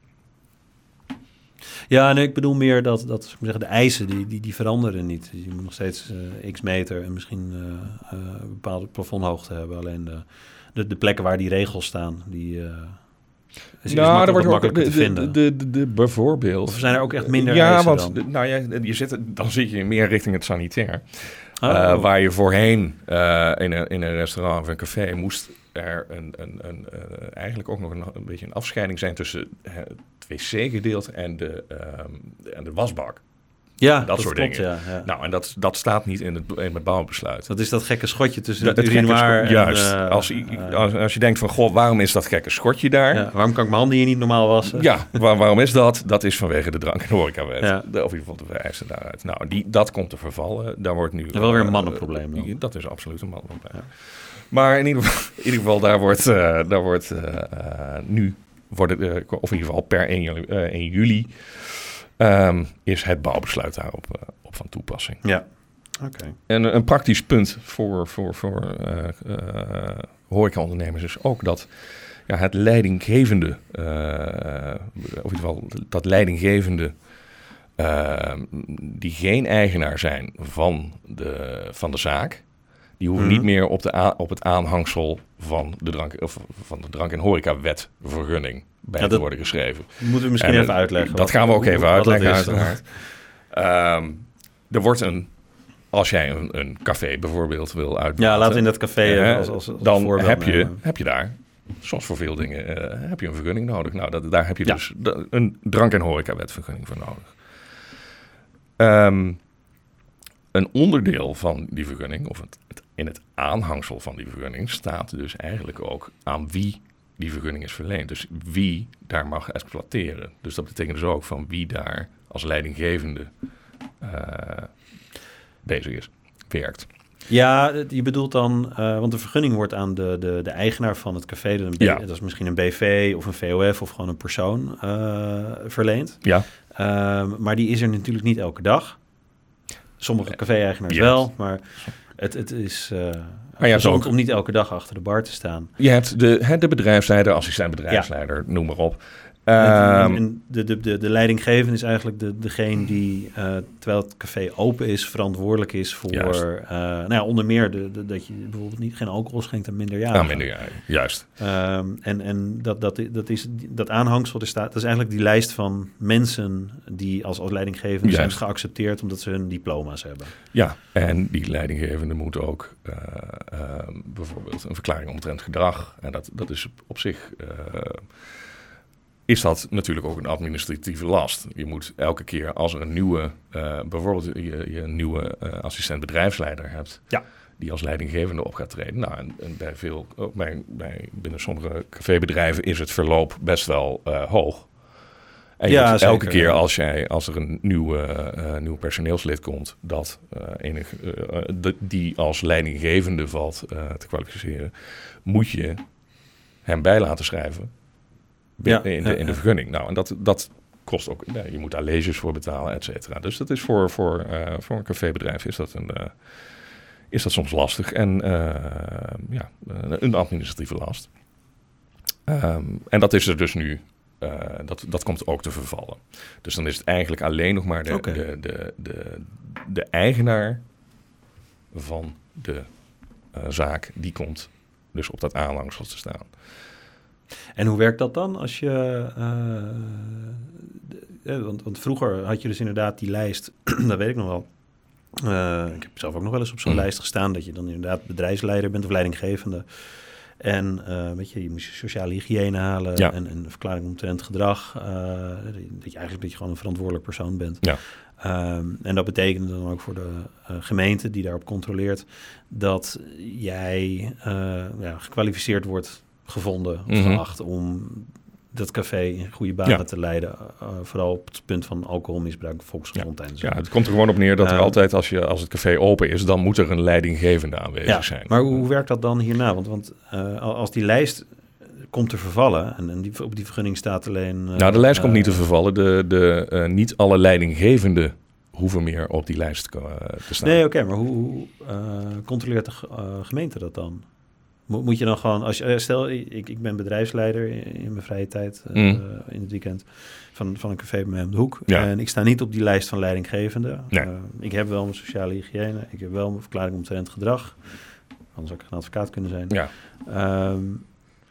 Ja, nee, ik bedoel meer dat, dat ik zeggen, de eisen die, die, die veranderen niet. Je moet nog steeds uh, x meter en misschien uh, uh, een bepaalde plafondhoogte hebben. Alleen de, de, de plekken waar die regels staan, die uh, is, nou, is wordt makkelijker de, te vinden. De, de, de, de, bijvoorbeeld. Of zijn er ook echt minder ja, eisen want, dan? Nou ja, je zit, dan zit je meer richting het sanitair. Oh. Uh, waar je voorheen uh, in, een, in een restaurant of een café moest er een, een, een, uh, eigenlijk ook nog een, een beetje een afscheiding zijn tussen het wc-gedeelte en de, uh, en de wasbak. Ja, dat, dat soort klopt, dingen. Ja, ja. Nou, en dat, dat staat niet in het, in het bouwbesluit. Dat is dat gekke schotje tussen dat, het, het urinoir en... Juist. Uh, als, uh, als, als je denkt van, goh, waarom is dat gekke schotje daar? Ja, waarom kan ik mijn handen hier niet normaal wassen? Ja, waar, waarom is dat? Dat is vanwege de drank- en horecawet. Ja. Of in ieder geval de vereisten daaruit. Nou, die, dat komt te vervallen. Daar wordt nu... Dat is wel weer een mannenprobleem. Uh, dat is absoluut een mannenprobleem. Ja. Maar in ieder geval, in ieder geval daar wordt, uh, daar wordt uh, uh, nu... Worden, uh, of in ieder geval per één juli... Um, is het bouwbesluit daarop uh, op van toepassing. Ja, oké. Okay. En een praktisch punt voor, voor, voor uh, uh, horecaondernemers is ook dat ja, het leidinggevende, uh, of in ieder geval dat leidinggevende, uh, die geen eigenaar zijn van de, van de zaak, die hoeven mm-hmm. niet meer op, de a- op het aanhangsel van de drank, of van de drank- en horecawet vergunning bij ja, dat, te worden geschreven. Moeten we misschien en, even uitleggen. Dat gaan we ook even uitleggen, uiteraard. Um, er wordt een, als jij een, een café bijvoorbeeld wil uitbaten... Ja, laten we in dat café uh, als, als, als dan heb je, heb je daar, zoals voor veel dingen, uh, heb je een vergunning nodig. Nou, dat, daar heb je ja. dus de, een drank- en horecawetvergunning voor nodig. Um, een onderdeel van die vergunning, of het, het, in het aanhangsel van die vergunning, staat dus eigenlijk ook aan wie die vergunning is verleend. Dus wie daar mag exploiteren. Dus dat betekent dus ook van wie daar als leidinggevende uh, bezig is, werkt. Ja, je bedoelt dan, uh, want de vergunning wordt aan de, de, de eigenaar van het café, dat, een B, ja. dat is misschien een B V of een V O F of gewoon een persoon uh, verleend. Ja. Uh, maar die is er natuurlijk niet elke dag. Sommige café-eigenaars yes. wel, maar het, het is uh, maar ja, gezond ook, om niet elke dag achter de bar te staan. Je hebt de, de bedrijfsleider, assistent bedrijfsleider, ja. noem maar op. Um, en de, de, de, de leidinggevende is eigenlijk de, degene die, uh, terwijl het café open is, verantwoordelijk is voor, uh, nou ja, onder meer de, de, dat je bijvoorbeeld niet geen alcohol schenkt aan minderjarigen. Aan minderjarigen, juist. Um, en en dat, dat, dat, is, dat aanhangsel, er staat, dat is eigenlijk die lijst van mensen die als, als leidinggevende zijn geaccepteerd omdat ze hun diploma's hebben. Ja, en die leidinggevende moet ook uh, uh, bijvoorbeeld een verklaring omtrent gedrag. En dat, dat is op zich... Uh, is dat natuurlijk ook een administratieve last. Je moet elke keer als er een nieuwe, uh, bijvoorbeeld je, je een nieuwe uh, assistent bedrijfsleider hebt, ja. die als leidinggevende op gaat treden. Nou, en, en bij veel, ook bij, bij binnen sommige cafébedrijven is het verloop best wel uh, hoog. En je ja, moet elke zeker, keer als, jij, als er een nieuwe, uh, nieuw personeelslid komt, dat uh, enig, uh, de, die als leidinggevende valt uh, te kwalificeren, moet je hem bij laten schrijven. Ja, in, de, in de vergunning. Nou, en dat, dat kost ook... Ja, je moet daar leges voor betalen, et cetera. Dus dat is voor, voor, uh, voor een cafébedrijf is dat, een, uh, is dat soms lastig. En uh, ja, een administratieve last. Um, en dat is er dus nu... Uh, dat, dat komt ook te vervallen. Dus dan is het eigenlijk alleen nog maar de, okay. de, de, de, de eigenaar van de uh, zaak... die komt dus op dat aanhangsel te staan. En hoe werkt dat dan als je... Uh, de, want, want vroeger had je dus inderdaad die lijst, dat weet ik nog wel. Uh, ik heb zelf ook nog wel eens op zo'n mm. lijst gestaan, dat je dan inderdaad bedrijfsleider bent of leidinggevende. En uh, weet je, je moet je sociale hygiëne halen ja. en, en een verklaring omtrent gedrag. Uh, dat je eigenlijk dat je gewoon een verantwoordelijk persoon bent. Ja. Um, en dat betekent dan ook voor de uh, gemeente die daarop controleert, dat jij uh, ja, gekwalificeerd wordt gevonden of mm-hmm. geacht om dat café in goede banen ja. te leiden. Uh, vooral op het punt van alcoholmisbruik, volksgezondheid. Ja. ja, het komt er gewoon op neer dat er uh, altijd, als, je, als het café open is, dan moet er een leidinggevende aanwezig ja, zijn. Maar hoe, hoe werkt dat dan hierna? Want, want uh, als die lijst komt te vervallen en, en die, op die vergunning staat alleen... Uh, nou, de lijst uh, komt niet te uh, vervallen. De, de, uh, niet alle leidinggevenden hoeven meer op die lijst uh, te staan. Nee, oké, okay, maar hoe, hoe uh, controleert de uh, gemeente dat dan? Moet je dan gewoon, als je, stel, ik, ik ben bedrijfsleider in, in mijn vrije tijd, uh, mm. in het weekend, van, van een café bij mij om de hoek. Ja. En ik sta niet op die lijst van leidinggevenden. Nee. Uh, ik heb wel mijn sociale hygiëne, ik heb wel mijn verklaring omtrent gedrag. Anders zou ik een advocaat kunnen zijn. Ja. Um,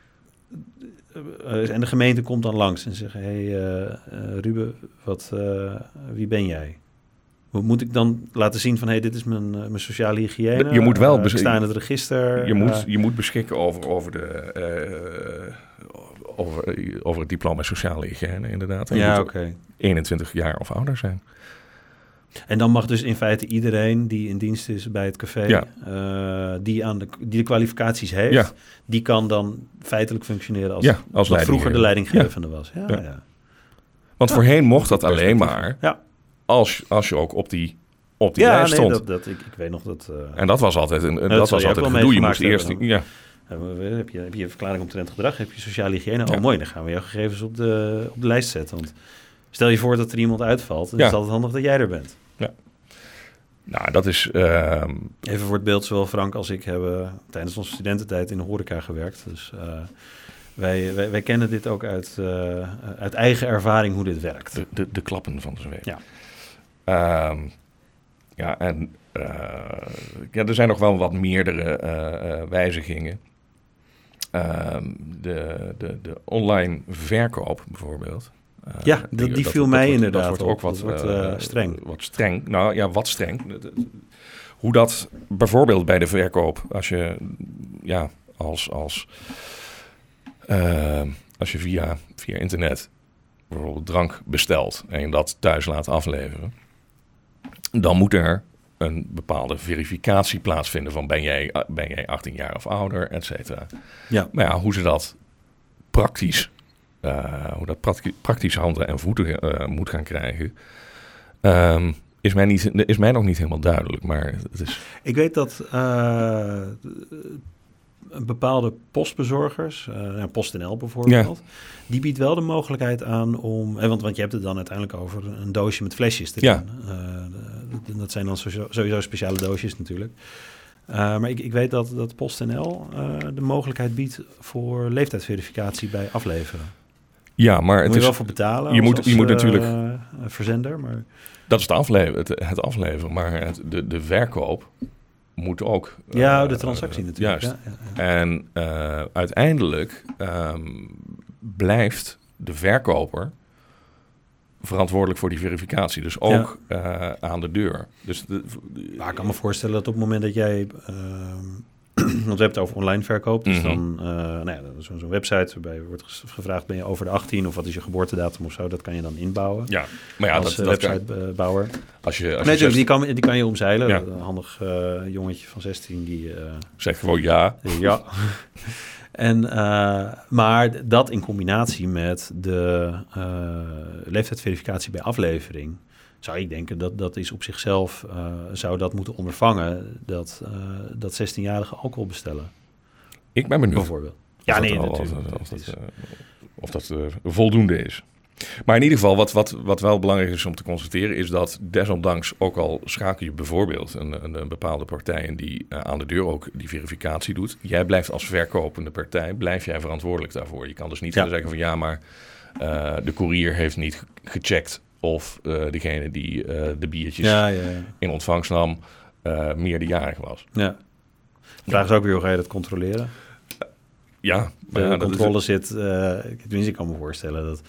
uh, en de gemeente komt dan langs en zegt, hé hey, uh, uh, Ruben, wat, uh, wie ben jij? Moet ik dan laten zien van, hé, hey, dit is mijn, uh, mijn sociale hygiëne? Je moet wel uh, ik sta in het register. Je, uh, moet, je moet beschikken over, over, de, uh, over, over het diploma sociale hygiëne, inderdaad. En ja, oké. Okay. eenentwintig jaar of ouder zijn. En dan mag dus in feite iedereen die in dienst is bij het café, ja. uh, die, aan de, die de kwalificaties heeft, ja. die kan dan feitelijk functioneren als, ja, als wat vroeger de leidinggevende ja. was. Ja, ja. Ja. Want ja. voorheen mocht dat alleen maar... Ja. Als, als je ook op die, op die ja, lijst nee, stond. Dat, dat, ik, ik weet nog dat... Uh, en dat was altijd een, dat dat was altijd een gedoe. Je moest eerst... Hebben, ja. heb, je, heb je verklaring omtrent gedrag? Heb je sociale hygiëne? Ja. Oh, mooi, dan gaan we jouw gegevens op de, op de lijst zetten. Want stel je voor dat er iemand uitvalt, dan ja. is het altijd handig dat jij er bent. Ja. Nou, dat is... Uh, Even voor het beeld, zowel Frank als ik hebben tijdens onze studententijd in de horeca gewerkt. Dus... Uh, Wij, wij, wij kennen dit ook uit, uh, uit eigen ervaring hoe dit werkt. De, de, de klappen van de zweep. Ja. Um, ja, en uh, ja, er zijn nog wel wat meerdere uh, uh, wijzigingen. Um, de, de, de online verkoop bijvoorbeeld. Uh, ja, die, die, die viel dat, mij dat inderdaad wordt, dat wordt ook wat, dat wordt, uh, uh, streng. Wat streng. Nou ja, wat streng. Hoe dat bijvoorbeeld bij de verkoop, als je ja, als... als Uh, als je via, via internet bijvoorbeeld drank bestelt en je dat thuis laat afleveren, dan moet er een bepaalde verificatie plaatsvinden van ben jij, ben jij achttien jaar of ouder, et cetera. Ja. Maar ja, hoe ze dat praktisch, uh, hoe dat praktisch, praktisch handen en voeten uh, moet gaan krijgen, um, is, mij niet, is mij nog niet helemaal duidelijk. Maar het is... Ik weet dat uh, bepaalde postbezorgers, uh, ja, PostNL bijvoorbeeld, ja. die biedt wel de mogelijkheid aan om, want, want je hebt het dan uiteindelijk over een doosje met flesjes erin. Ja. Uh, dat zijn dan sowieso, sowieso speciale doosjes natuurlijk. Uh, maar ik, ik weet dat, dat PostNL uh, de mogelijkheid biedt voor leeftijdsverificatie bij afleveren. Ja, maar het moet je is, wel voor betalen. Je als, moet, als, je moet uh, natuurlijk verzender, maar dat is het afleveren, het, het afleveren, maar het, de, de verkoop moet ook. Ja, uh, de transactie uh, natuurlijk. Juist. Ja, ja, ja. En uh, uiteindelijk um, blijft de verkoper verantwoordelijk voor die verificatie. Dus ook ja. uh, aan de deur. Dus de, maar ik kan me voorstellen dat op het moment dat jij... Uh, want we hebben het over online verkoop. Dus mm-hmm. dan uh, nou ja, zo, zo'n website waarbij wordt gevraagd... ben je over de achttien of wat is je geboortedatum of zo. Dat kan je dan inbouwen. Ja, maar ja, als dat, uh, websitebouwer. Als je, als nee, je zegt, die, kan, die kan je omzeilen. Ja. Een handig uh, jongetje van zestien die... Uh, zegt gewoon ja. Ja. En, uh, maar dat in combinatie met de uh, leeftijdsverificatie bij aflevering... zou ik denken dat dat is op zichzelf... Uh, zou dat moeten ondervangen... dat, uh, dat zestienjarigen alcohol bestellen. Ik ben benieuwd. Bijvoorbeeld. Ja, of nee, dat, natuurlijk. Of, of, dat, uh, of dat uh, voldoende is. Maar in ieder geval, wat, wat, wat wel belangrijk is om te constateren... is dat desondanks, ook al schakel je bijvoorbeeld... een, een, een bepaalde partij die uh, aan de deur ook die verificatie doet... jij blijft als verkopende partij, blijf jij verantwoordelijk daarvoor. Je kan dus niet ja. gaan zeggen van ja, maar uh, de koerier heeft niet gecheckt... of uh, degene die uh, de biertjes ja, ja, ja. in ontvangst nam uh, meerderjarig was. Ja. De vraag is ook weer hoe ga je dat controleren? Uh, ja. De ja, controle is... zit... Uh, tenminste, ik kan me voorstellen dat...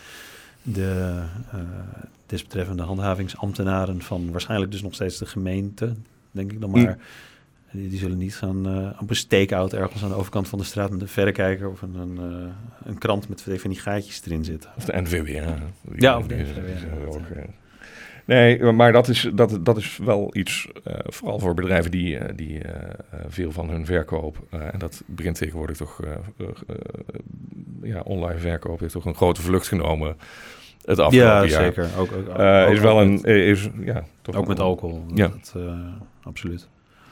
de uh, desbetreffende handhavingsambtenaren van waarschijnlijk dus nog steeds de gemeente, denk ik dan maar, mm. die, die zullen niet gaan uh, op een stake-out ergens aan de overkant van de straat met een verrekijker of een, een, uh, een krant met twee van die gaatjes erin zitten. Of de N V W A. Ja, of de N V W A. Nee, maar dat is, dat, dat is wel iets, uh, vooral voor bedrijven die, uh, die uh, veel van hun verkoop, uh, en dat begint tegenwoordig toch, uh, uh, uh, ja, online verkoop heeft toch een grote vlucht genomen het afgelopen ja, jaar. Ja, zeker. Ook, ook, uh, ook, is wel een, is, ja, toch ook met alcohol. Ja. Dat, uh, absoluut.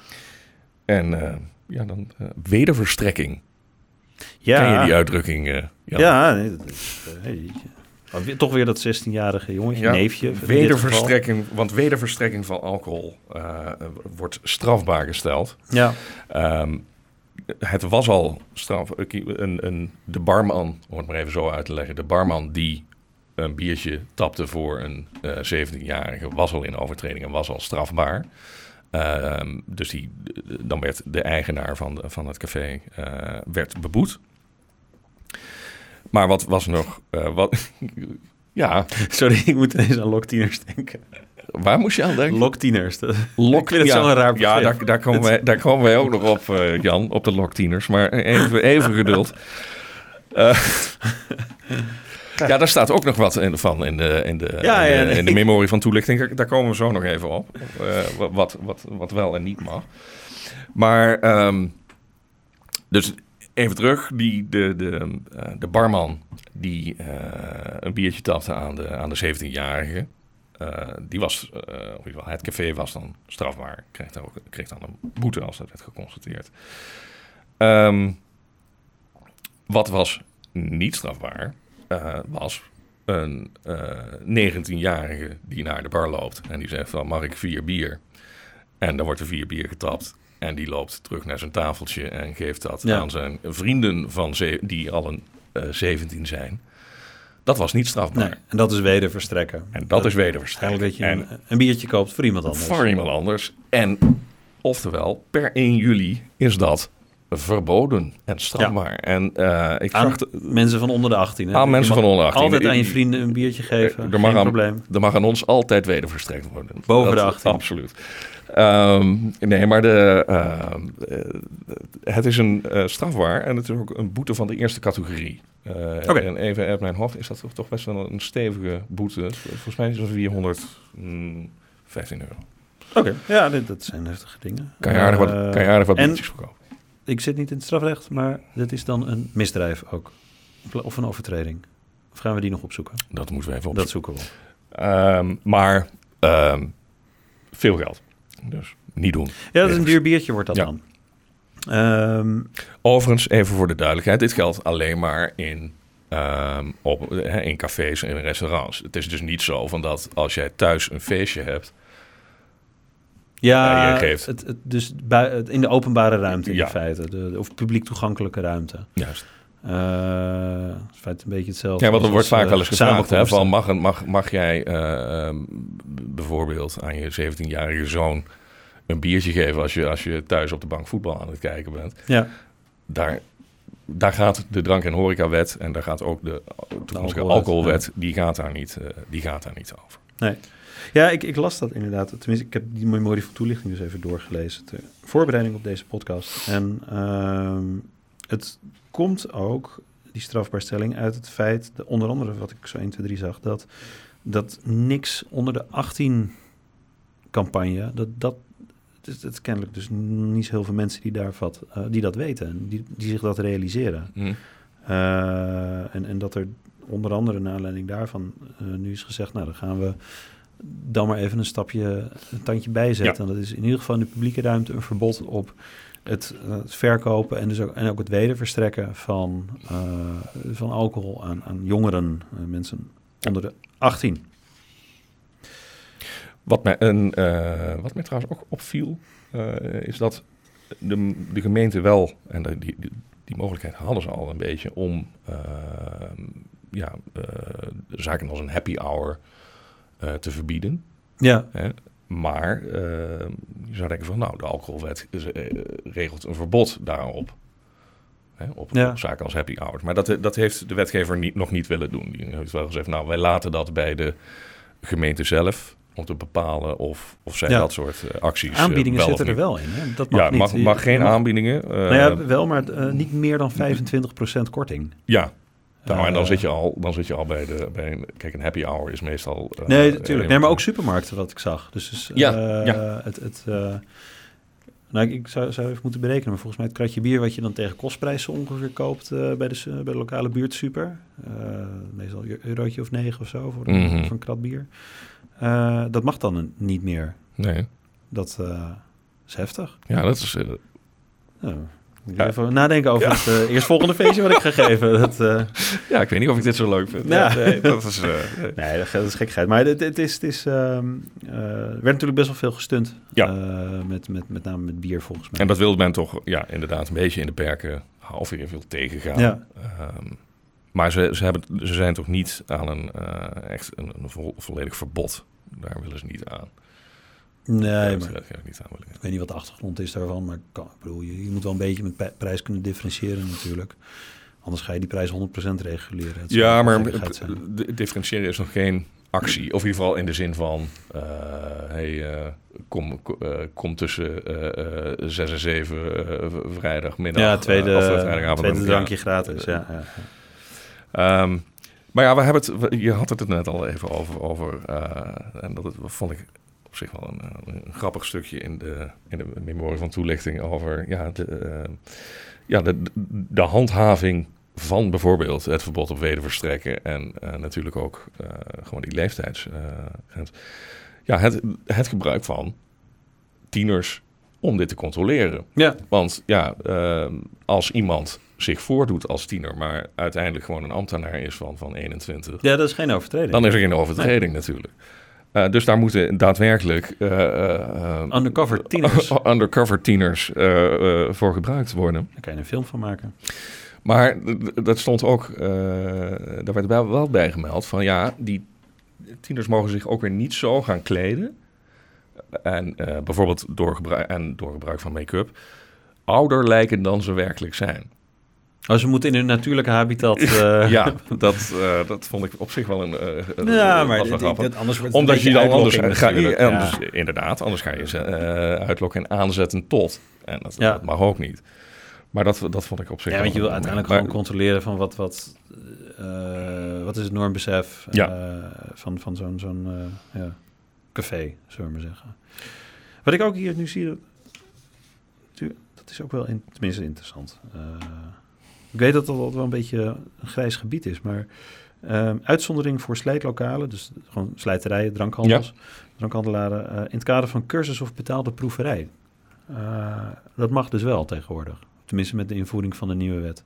En uh, ja, dan uh, wederverstrekking. Ja. Ken je die uitdrukking? Uh, ja, nee, dat is, uh, hey, toch weer dat zestienjarige jongetje, ja, neefje. Wederverstrekking, want wederverstrekking van alcohol uh, wordt strafbaar gesteld. Ja. Um, het was al straf. Een, een, de barman, om het maar even zo uit te leggen, de barman die een biertje tapte voor een uh, zeventienjarige was al in overtreding en was al strafbaar. Uh, dus die, dan werd de eigenaar van, de, van het café uh, werd beboet. Maar wat was nog... Uh, wat, ja. Sorry, ik moet ineens aan loktieners denken. Waar moest je aan denken? Loktieners. Lok, ik vind het ja, zo'n raar begrip. Ja, daar, daar, komen wij, daar komen wij ook nog op, uh, Jan, op de loktieners. Maar even, even geduld. Uh, ja, daar staat ook nog wat in, van in de, in de, ja, in de, ja, nee. in de memorie van toelichting. Daar komen we zo nog even op. Uh, wat, wat, wat wel en niet mag. Maar, um, dus... Even terug, die, de, de, uh, de barman die uh, een biertje tapte aan de, aan de zeventienjarige, uh, die was, uh, het café was dan strafbaar, kreeg dan, ook, kreeg dan een boete als dat werd geconstateerd. Um, wat was niet strafbaar, uh, was een uh, negentienjarige die naar de bar loopt en die zegt van mag ik vier bier? En dan wordt er vier bier getapt. En die loopt terug naar zijn tafeltje en geeft dat ja. aan zijn vrienden van ze- die al een uh, zeventien zijn. Dat was niet strafbaar. Nee, en dat is wederverstrekken. En dat, dat is wederverstrekken. Dat je en een, een biertje koopt voor iemand anders. Voor iemand anders. En oftewel, per één juli is dat verboden en strafbaar. Ja. En uh, ik aan zag... mensen van onder de achttien. Hè? Aan mensen van onder de achttien. Altijd aan je vrienden een biertje geven. Er geen mag aan, probleem. Er mag aan ons altijd wederverstrekt worden. Boven dat, de achttien. Absoluut. Um, nee, maar de, uh, uh, het is een uh, strafbaar en het is ook een boete van de eerste categorie. Uh, okay. En even uit mijn hoofd is dat toch best wel een stevige boete. Volgens mij is dat vierhonderdvijftien euro. Oké, okay. Ja, dit, dat zijn heftige dingen. Kan je aardig wat, kan je aardig wat biertjes verkopen. Ik zit niet in het strafrecht, maar dit is dan een misdrijf ook. Of een overtreding? Of gaan we die nog opzoeken? Dat moeten we even opzoeken. Dat zoeken we op. Um, maar um, veel geld. Dus niet doen. Ja, dat is een duur biertje wordt dat ja. dan. Um, Overigens, even voor de duidelijkheid. Dit geldt alleen maar in, um, op, in cafés en in restaurants. Het is dus niet zo van dat als jij thuis een feestje hebt... Ja, je geeft... het, het, dus bui, het, in de openbare ruimte in ja. feite. De, de, of publiek toegankelijke ruimte. Juist. Uh, het is een beetje hetzelfde. Ja, want er wordt vaak uh, wel eens gevraagd, hè, van mag, mag, mag jij uh, um, bijvoorbeeld aan je zeventienjarige zoon een biertje geven als je, als je thuis op de bank voetbal aan het kijken bent? Ja. Daar, daar gaat de drank- en horecawet en daar gaat ook de toekomstige alcoholwet, alcoholwet, ja. die, gaat daar niet, uh, die gaat daar niet over. Nee. Ja, ik, ik las dat inderdaad. Tenminste, ik heb die memorie van toelichting dus even doorgelezen. Ter voorbereiding op deze podcast. En uh, het komt ook, die strafbaarstelling, uit het feit, de, onder andere wat ik zo één, twee, drie zag, dat, dat niks onder de achttien campagne, dat dat het is, het is kennelijk dus niet zo heel veel mensen die, daar wat, uh, die dat weten, die, die zich dat realiseren. Mm. Uh, en, en dat er onder andere naar aanleiding daarvan uh, nu is gezegd, nou dan gaan we dan maar even een stapje, een tandje bijzetten. Ja. En dat is in ieder geval in de publieke ruimte een verbod op het, het verkopen en dus ook, en ook het wederverstrekken van, uh, van alcohol aan, aan jongeren, uh, mensen onder de achttien. Wat mij, een, uh, wat mij trouwens ook opviel, uh, is dat de, de gemeente wel, en die, die, die mogelijkheid hadden ze al een beetje, om uh, ja, uh, zaken als een happy hour uh, te verbieden. Ja. Hè? Maar uh, je zou denken van, nou, de alcoholwet is, uh, regelt een verbod daarop. Hè? Op, ja. op zaken als happy hours. Maar dat, dat heeft de wetgever niet, nog niet willen doen. Die heeft wel gezegd, nou, wij laten dat bij de gemeente zelf om te bepalen of, of zij ja. dat soort uh, acties... Aanbiedingen uh, zitten er wel in. Hè? Dat mag ja, niet. mag, mag geen mag, aanbiedingen. Uh, nou ja, wel, maar uh, niet meer dan vijfentwintig procent korting. Ja, nou, en dan zit je al, dan zit je al bij de... Bij een, kijk, een happy hour is meestal... Uh, nee, natuurlijk. Uh, nee, maar ook supermarkten, wat ik zag. Dus, dus ja, uh, ja. het... het uh, nou, ik zou, zou even moeten berekenen, maar volgens mij het kratje bier wat je dan tegen kostprijs zo ongeveer koopt uh, bij, de, bij de lokale buurtsuper. Uh, meestal een eurotje of negen of zo voor, mm-hmm. voor een krat bier. Uh, dat mag dan een, niet meer. Nee. Dat uh, is heftig. Ja, dat is... Uh... Nou, moet je even nadenken over ja. het uh, eerstvolgende feestje wat ik ga geven. Dat, uh... Ja, ik weet niet of ik dit zo leuk vind. Ja. Ja, nee, dat is... Uh, nee, dat is gekheid. Maar het, het is... Het is um, uh, werd natuurlijk best wel veel gestunt. Ja. Uh, met, met, met name met bier, volgens mij. En dat wilde men toch, ja, inderdaad een beetje in de perken half veel tegengaan. Ja. Um, maar ze, ze, hebben, ze zijn toch niet aan een uh, echt een, een vo, volledig verbod. Daar willen ze niet aan. Nee, maar niet aan ik weet niet wat de achtergrond is daarvan, maar kan, ik bedoel, je, je moet wel een beetje met prijs kunnen differentiëren natuurlijk. Anders ga je die prijs honderd procent reguleren. Het ja, maar differentiëren is nog geen actie. Of in ieder geval in de zin van, uh, hey, uh, kom, uh, kom tussen uh, uh, zes en zeven uh, vrijdagmiddag. Ja, tweede, uh, of vrijdagavond. tweede drankje gratis, uh, ja. ja. Um, maar ja, we hebben het, je had het er net al even over, over uh, en dat het, vond ik op zich wel een, een grappig stukje in de, in de memorie van toelichting over ja, de, uh, ja, de, de handhaving van bijvoorbeeld het verbod op wederverstrekken en uh, natuurlijk ook uh, gewoon die leeftijds. Uh, ja, het, het gebruik van tieners om dit te controleren. Ja. Want ja, uh, als iemand zich voordoet als tiener, maar uiteindelijk gewoon een ambtenaar is van, van eenentwintig. Ja, dat is geen overtreding. Dan is er geen overtreding nee. natuurlijk. Uh, dus daar moeten daadwerkelijk uh, uh, undercover tieners, undercover tieners uh, uh, voor gebruikt worden. Daar kan je een film van maken. Maar d- dat stond ook, uh, daar werd wel, wel bij gemeld van ja, die tieners mogen zich ook weer niet zo gaan kleden. En uh, bijvoorbeeld door gebruik, en door gebruik van make-up ouder lijken dan ze werkelijk zijn. Oh, ze moeten in hun natuurlijke habitat... Uh... ja, dat, uh, dat vond ik op zich wel een... Uh, ja, maar dit, dit, anders wordt het Omdat je dan anders... Ga je, ja. anders inderdaad, anders ga je ze uh, uitlokken en aanzetten tot. En dat, ja. dat mag ook niet. Maar dat, dat vond ik op zich ja, wel... want je wil uiteindelijk maar, gewoon controleren van wat... wat uh, wat is het normbesef ja. uh, van, van zo'n, zo'n uh, ja, café, zullen we maar zeggen. Wat ik ook hier nu zie... Dat, dat is ook wel in, tenminste interessant... Uh, Ik weet dat dat altijd wel een beetje een grijs gebied is, maar uh, uitzondering voor slijtlokalen, dus gewoon slijterijen, drankhandels, ja. drankhandelaren, uh, in het kader van cursus of betaalde proeverij. Uh, dat mag dus wel tegenwoordig. Tenminste met de invoering van de nieuwe wet.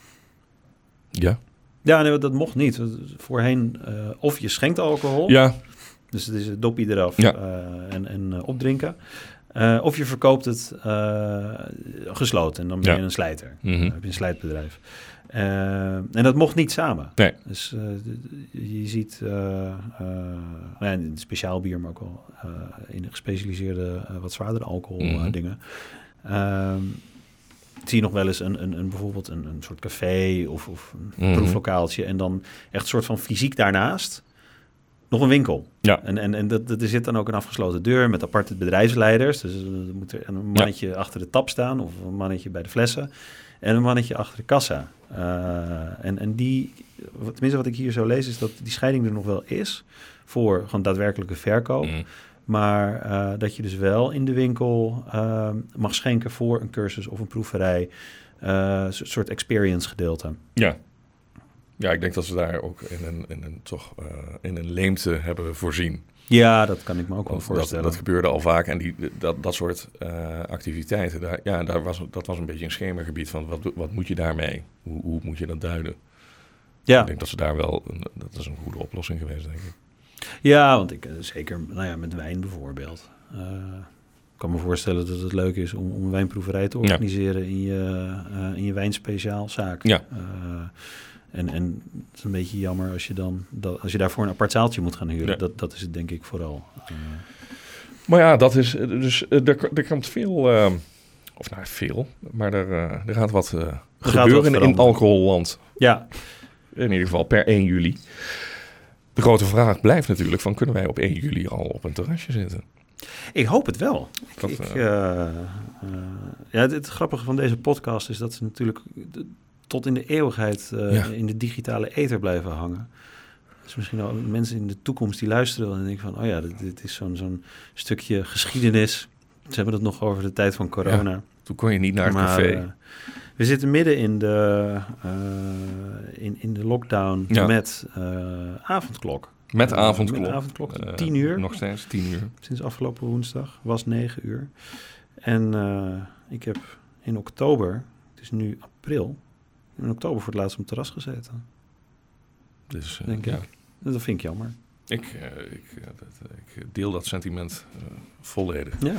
Ja? Ja, nee, dat mocht niet. Voorheen, uh, of je schenkt alcohol, ja. dus het is het doppie eraf ja. uh, en, en uh, opdrinken. Uh, of je verkoopt het uh, gesloten en dan ben je ja. een slijter. Mm-hmm. Dan heb je een slijtbedrijf. Uh, en dat mocht niet samen. Nee. Dus uh, je ziet uh, uh, ja, in speciaal bier, maar ook wel uh, in gespecialiseerde, uh, wat zwaardere alcohol mm-hmm. uh, dingen. Uh, zie je nog wel eens een, een, een bijvoorbeeld een, een soort café of, of een mm-hmm. proeflokaaltje en dan echt een soort van fysiek daarnaast nog een winkel. Ja. En, en, en dat, dat, er zit dan ook een afgesloten deur met aparte bedrijfsleiders. Dus er moet er een mannetje ja. achter de tap staan of een mannetje bij de flessen en een mannetje achter de kassa. Uh, en, en die, tenminste wat ik hier zo lees, is dat die scheiding er nog wel is voor gewoon daadwerkelijke verkoop. Mm. Maar uh, dat je dus wel in de winkel uh, mag schenken voor een cursus of een proeverij. Uh, een soort experience gedeelte. Ja. Ja, ik denk dat ze daar ook in een, in een, toch, uh, in een leemte hebben voorzien. Ja, dat kan ik me ook wel Want voorstellen. Dat, dat gebeurde al vaak. En die, dat, dat soort uh, activiteiten, daar, ja, daar was, dat was een beetje een schemergebied van wat, wat moet je daarmee? Hoe, hoe moet je dat duiden? Ja. Ik denk dat ze daar wel, een, dat is een goede oplossing geweest, denk ik. Ja, want ik zeker, nou ja, met wijn bijvoorbeeld. Uh, ik kan me voorstellen dat het leuk is om, om een wijnproeverij te organiseren ja. in je, uh, in je wijnspeciaalzaak. Ja. Uh, En, en het is een beetje jammer als je dan dat, als je daarvoor een apart zaaltje moet gaan huren. Ja. Dat, dat is het denk ik vooral. Uh, maar ja, dat is dus er, er komt veel, uh, of nou veel, maar er, uh, er gaat wat uh, er gebeuren gaat wat in alcoholland. Ja. In ieder geval per één juli. De grote vraag blijft natuurlijk van kunnen wij op één juli al op een terrasje zitten? Ik hoop het wel. Dat, ik, uh, uh, uh, ja, het, het grappige van deze podcast is dat ze natuurlijk de, tot in de eeuwigheid uh, ja. in de digitale ether blijven hangen. Dus misschien wel mensen in de toekomst die luisteren en denken van, oh ja, dit, dit is zo'n, zo'n stukje geschiedenis. Ze hebben het nog over de tijd van corona. Ja, toen kon je niet naar het maar, café. Uh, we zitten midden in de, uh, in, in de lockdown ja. met uh, avondklok. Met avondklok. Met avondklok, uh, tien uur. Nog steeds tien uur. Sinds afgelopen woensdag was negen uur. En uh, ik heb in oktober, het is nu april, in oktober voor het laatst op het terras gezeten. Dus, uh, denk ja. ik. Dat vind ik jammer. Ik, uh, ik, uh, dat, ik deel dat sentiment uh, volledig. Ja.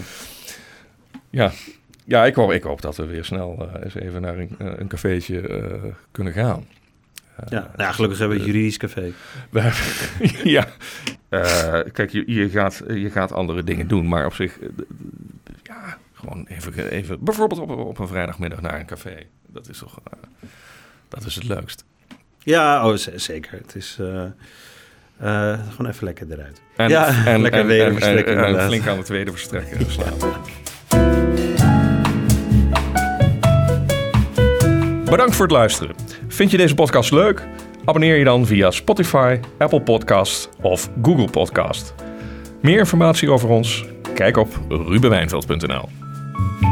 Ja, ja ik, hoop, ik hoop dat we weer snel uh, eens even naar een, uh, een cafeetje uh, kunnen gaan. Uh, ja, nou ja, gelukkig hebben we een juridisch café. We hebben, ja. Uh, kijk, je, je, gaat, je gaat andere dingen doen, maar op zich... Uh, ja, gewoon even, even... Bijvoorbeeld op, op een vrijdagmiddag naar een café. Dat is toch... Uh, dat is het leukst. Ja, oh, z- zeker. Het is... Uh, uh, gewoon even lekker eruit. En, ja, en, lekker weder verstrekken. En, en, en flink aan het tweede verstrekken. Slapen. Bedankt voor het luisteren. Vind je deze podcast leuk? Abonneer je dan via Spotify, Apple Podcast of Google Podcast. Meer informatie over ons? Kijk op ruben wijnveld punt n l.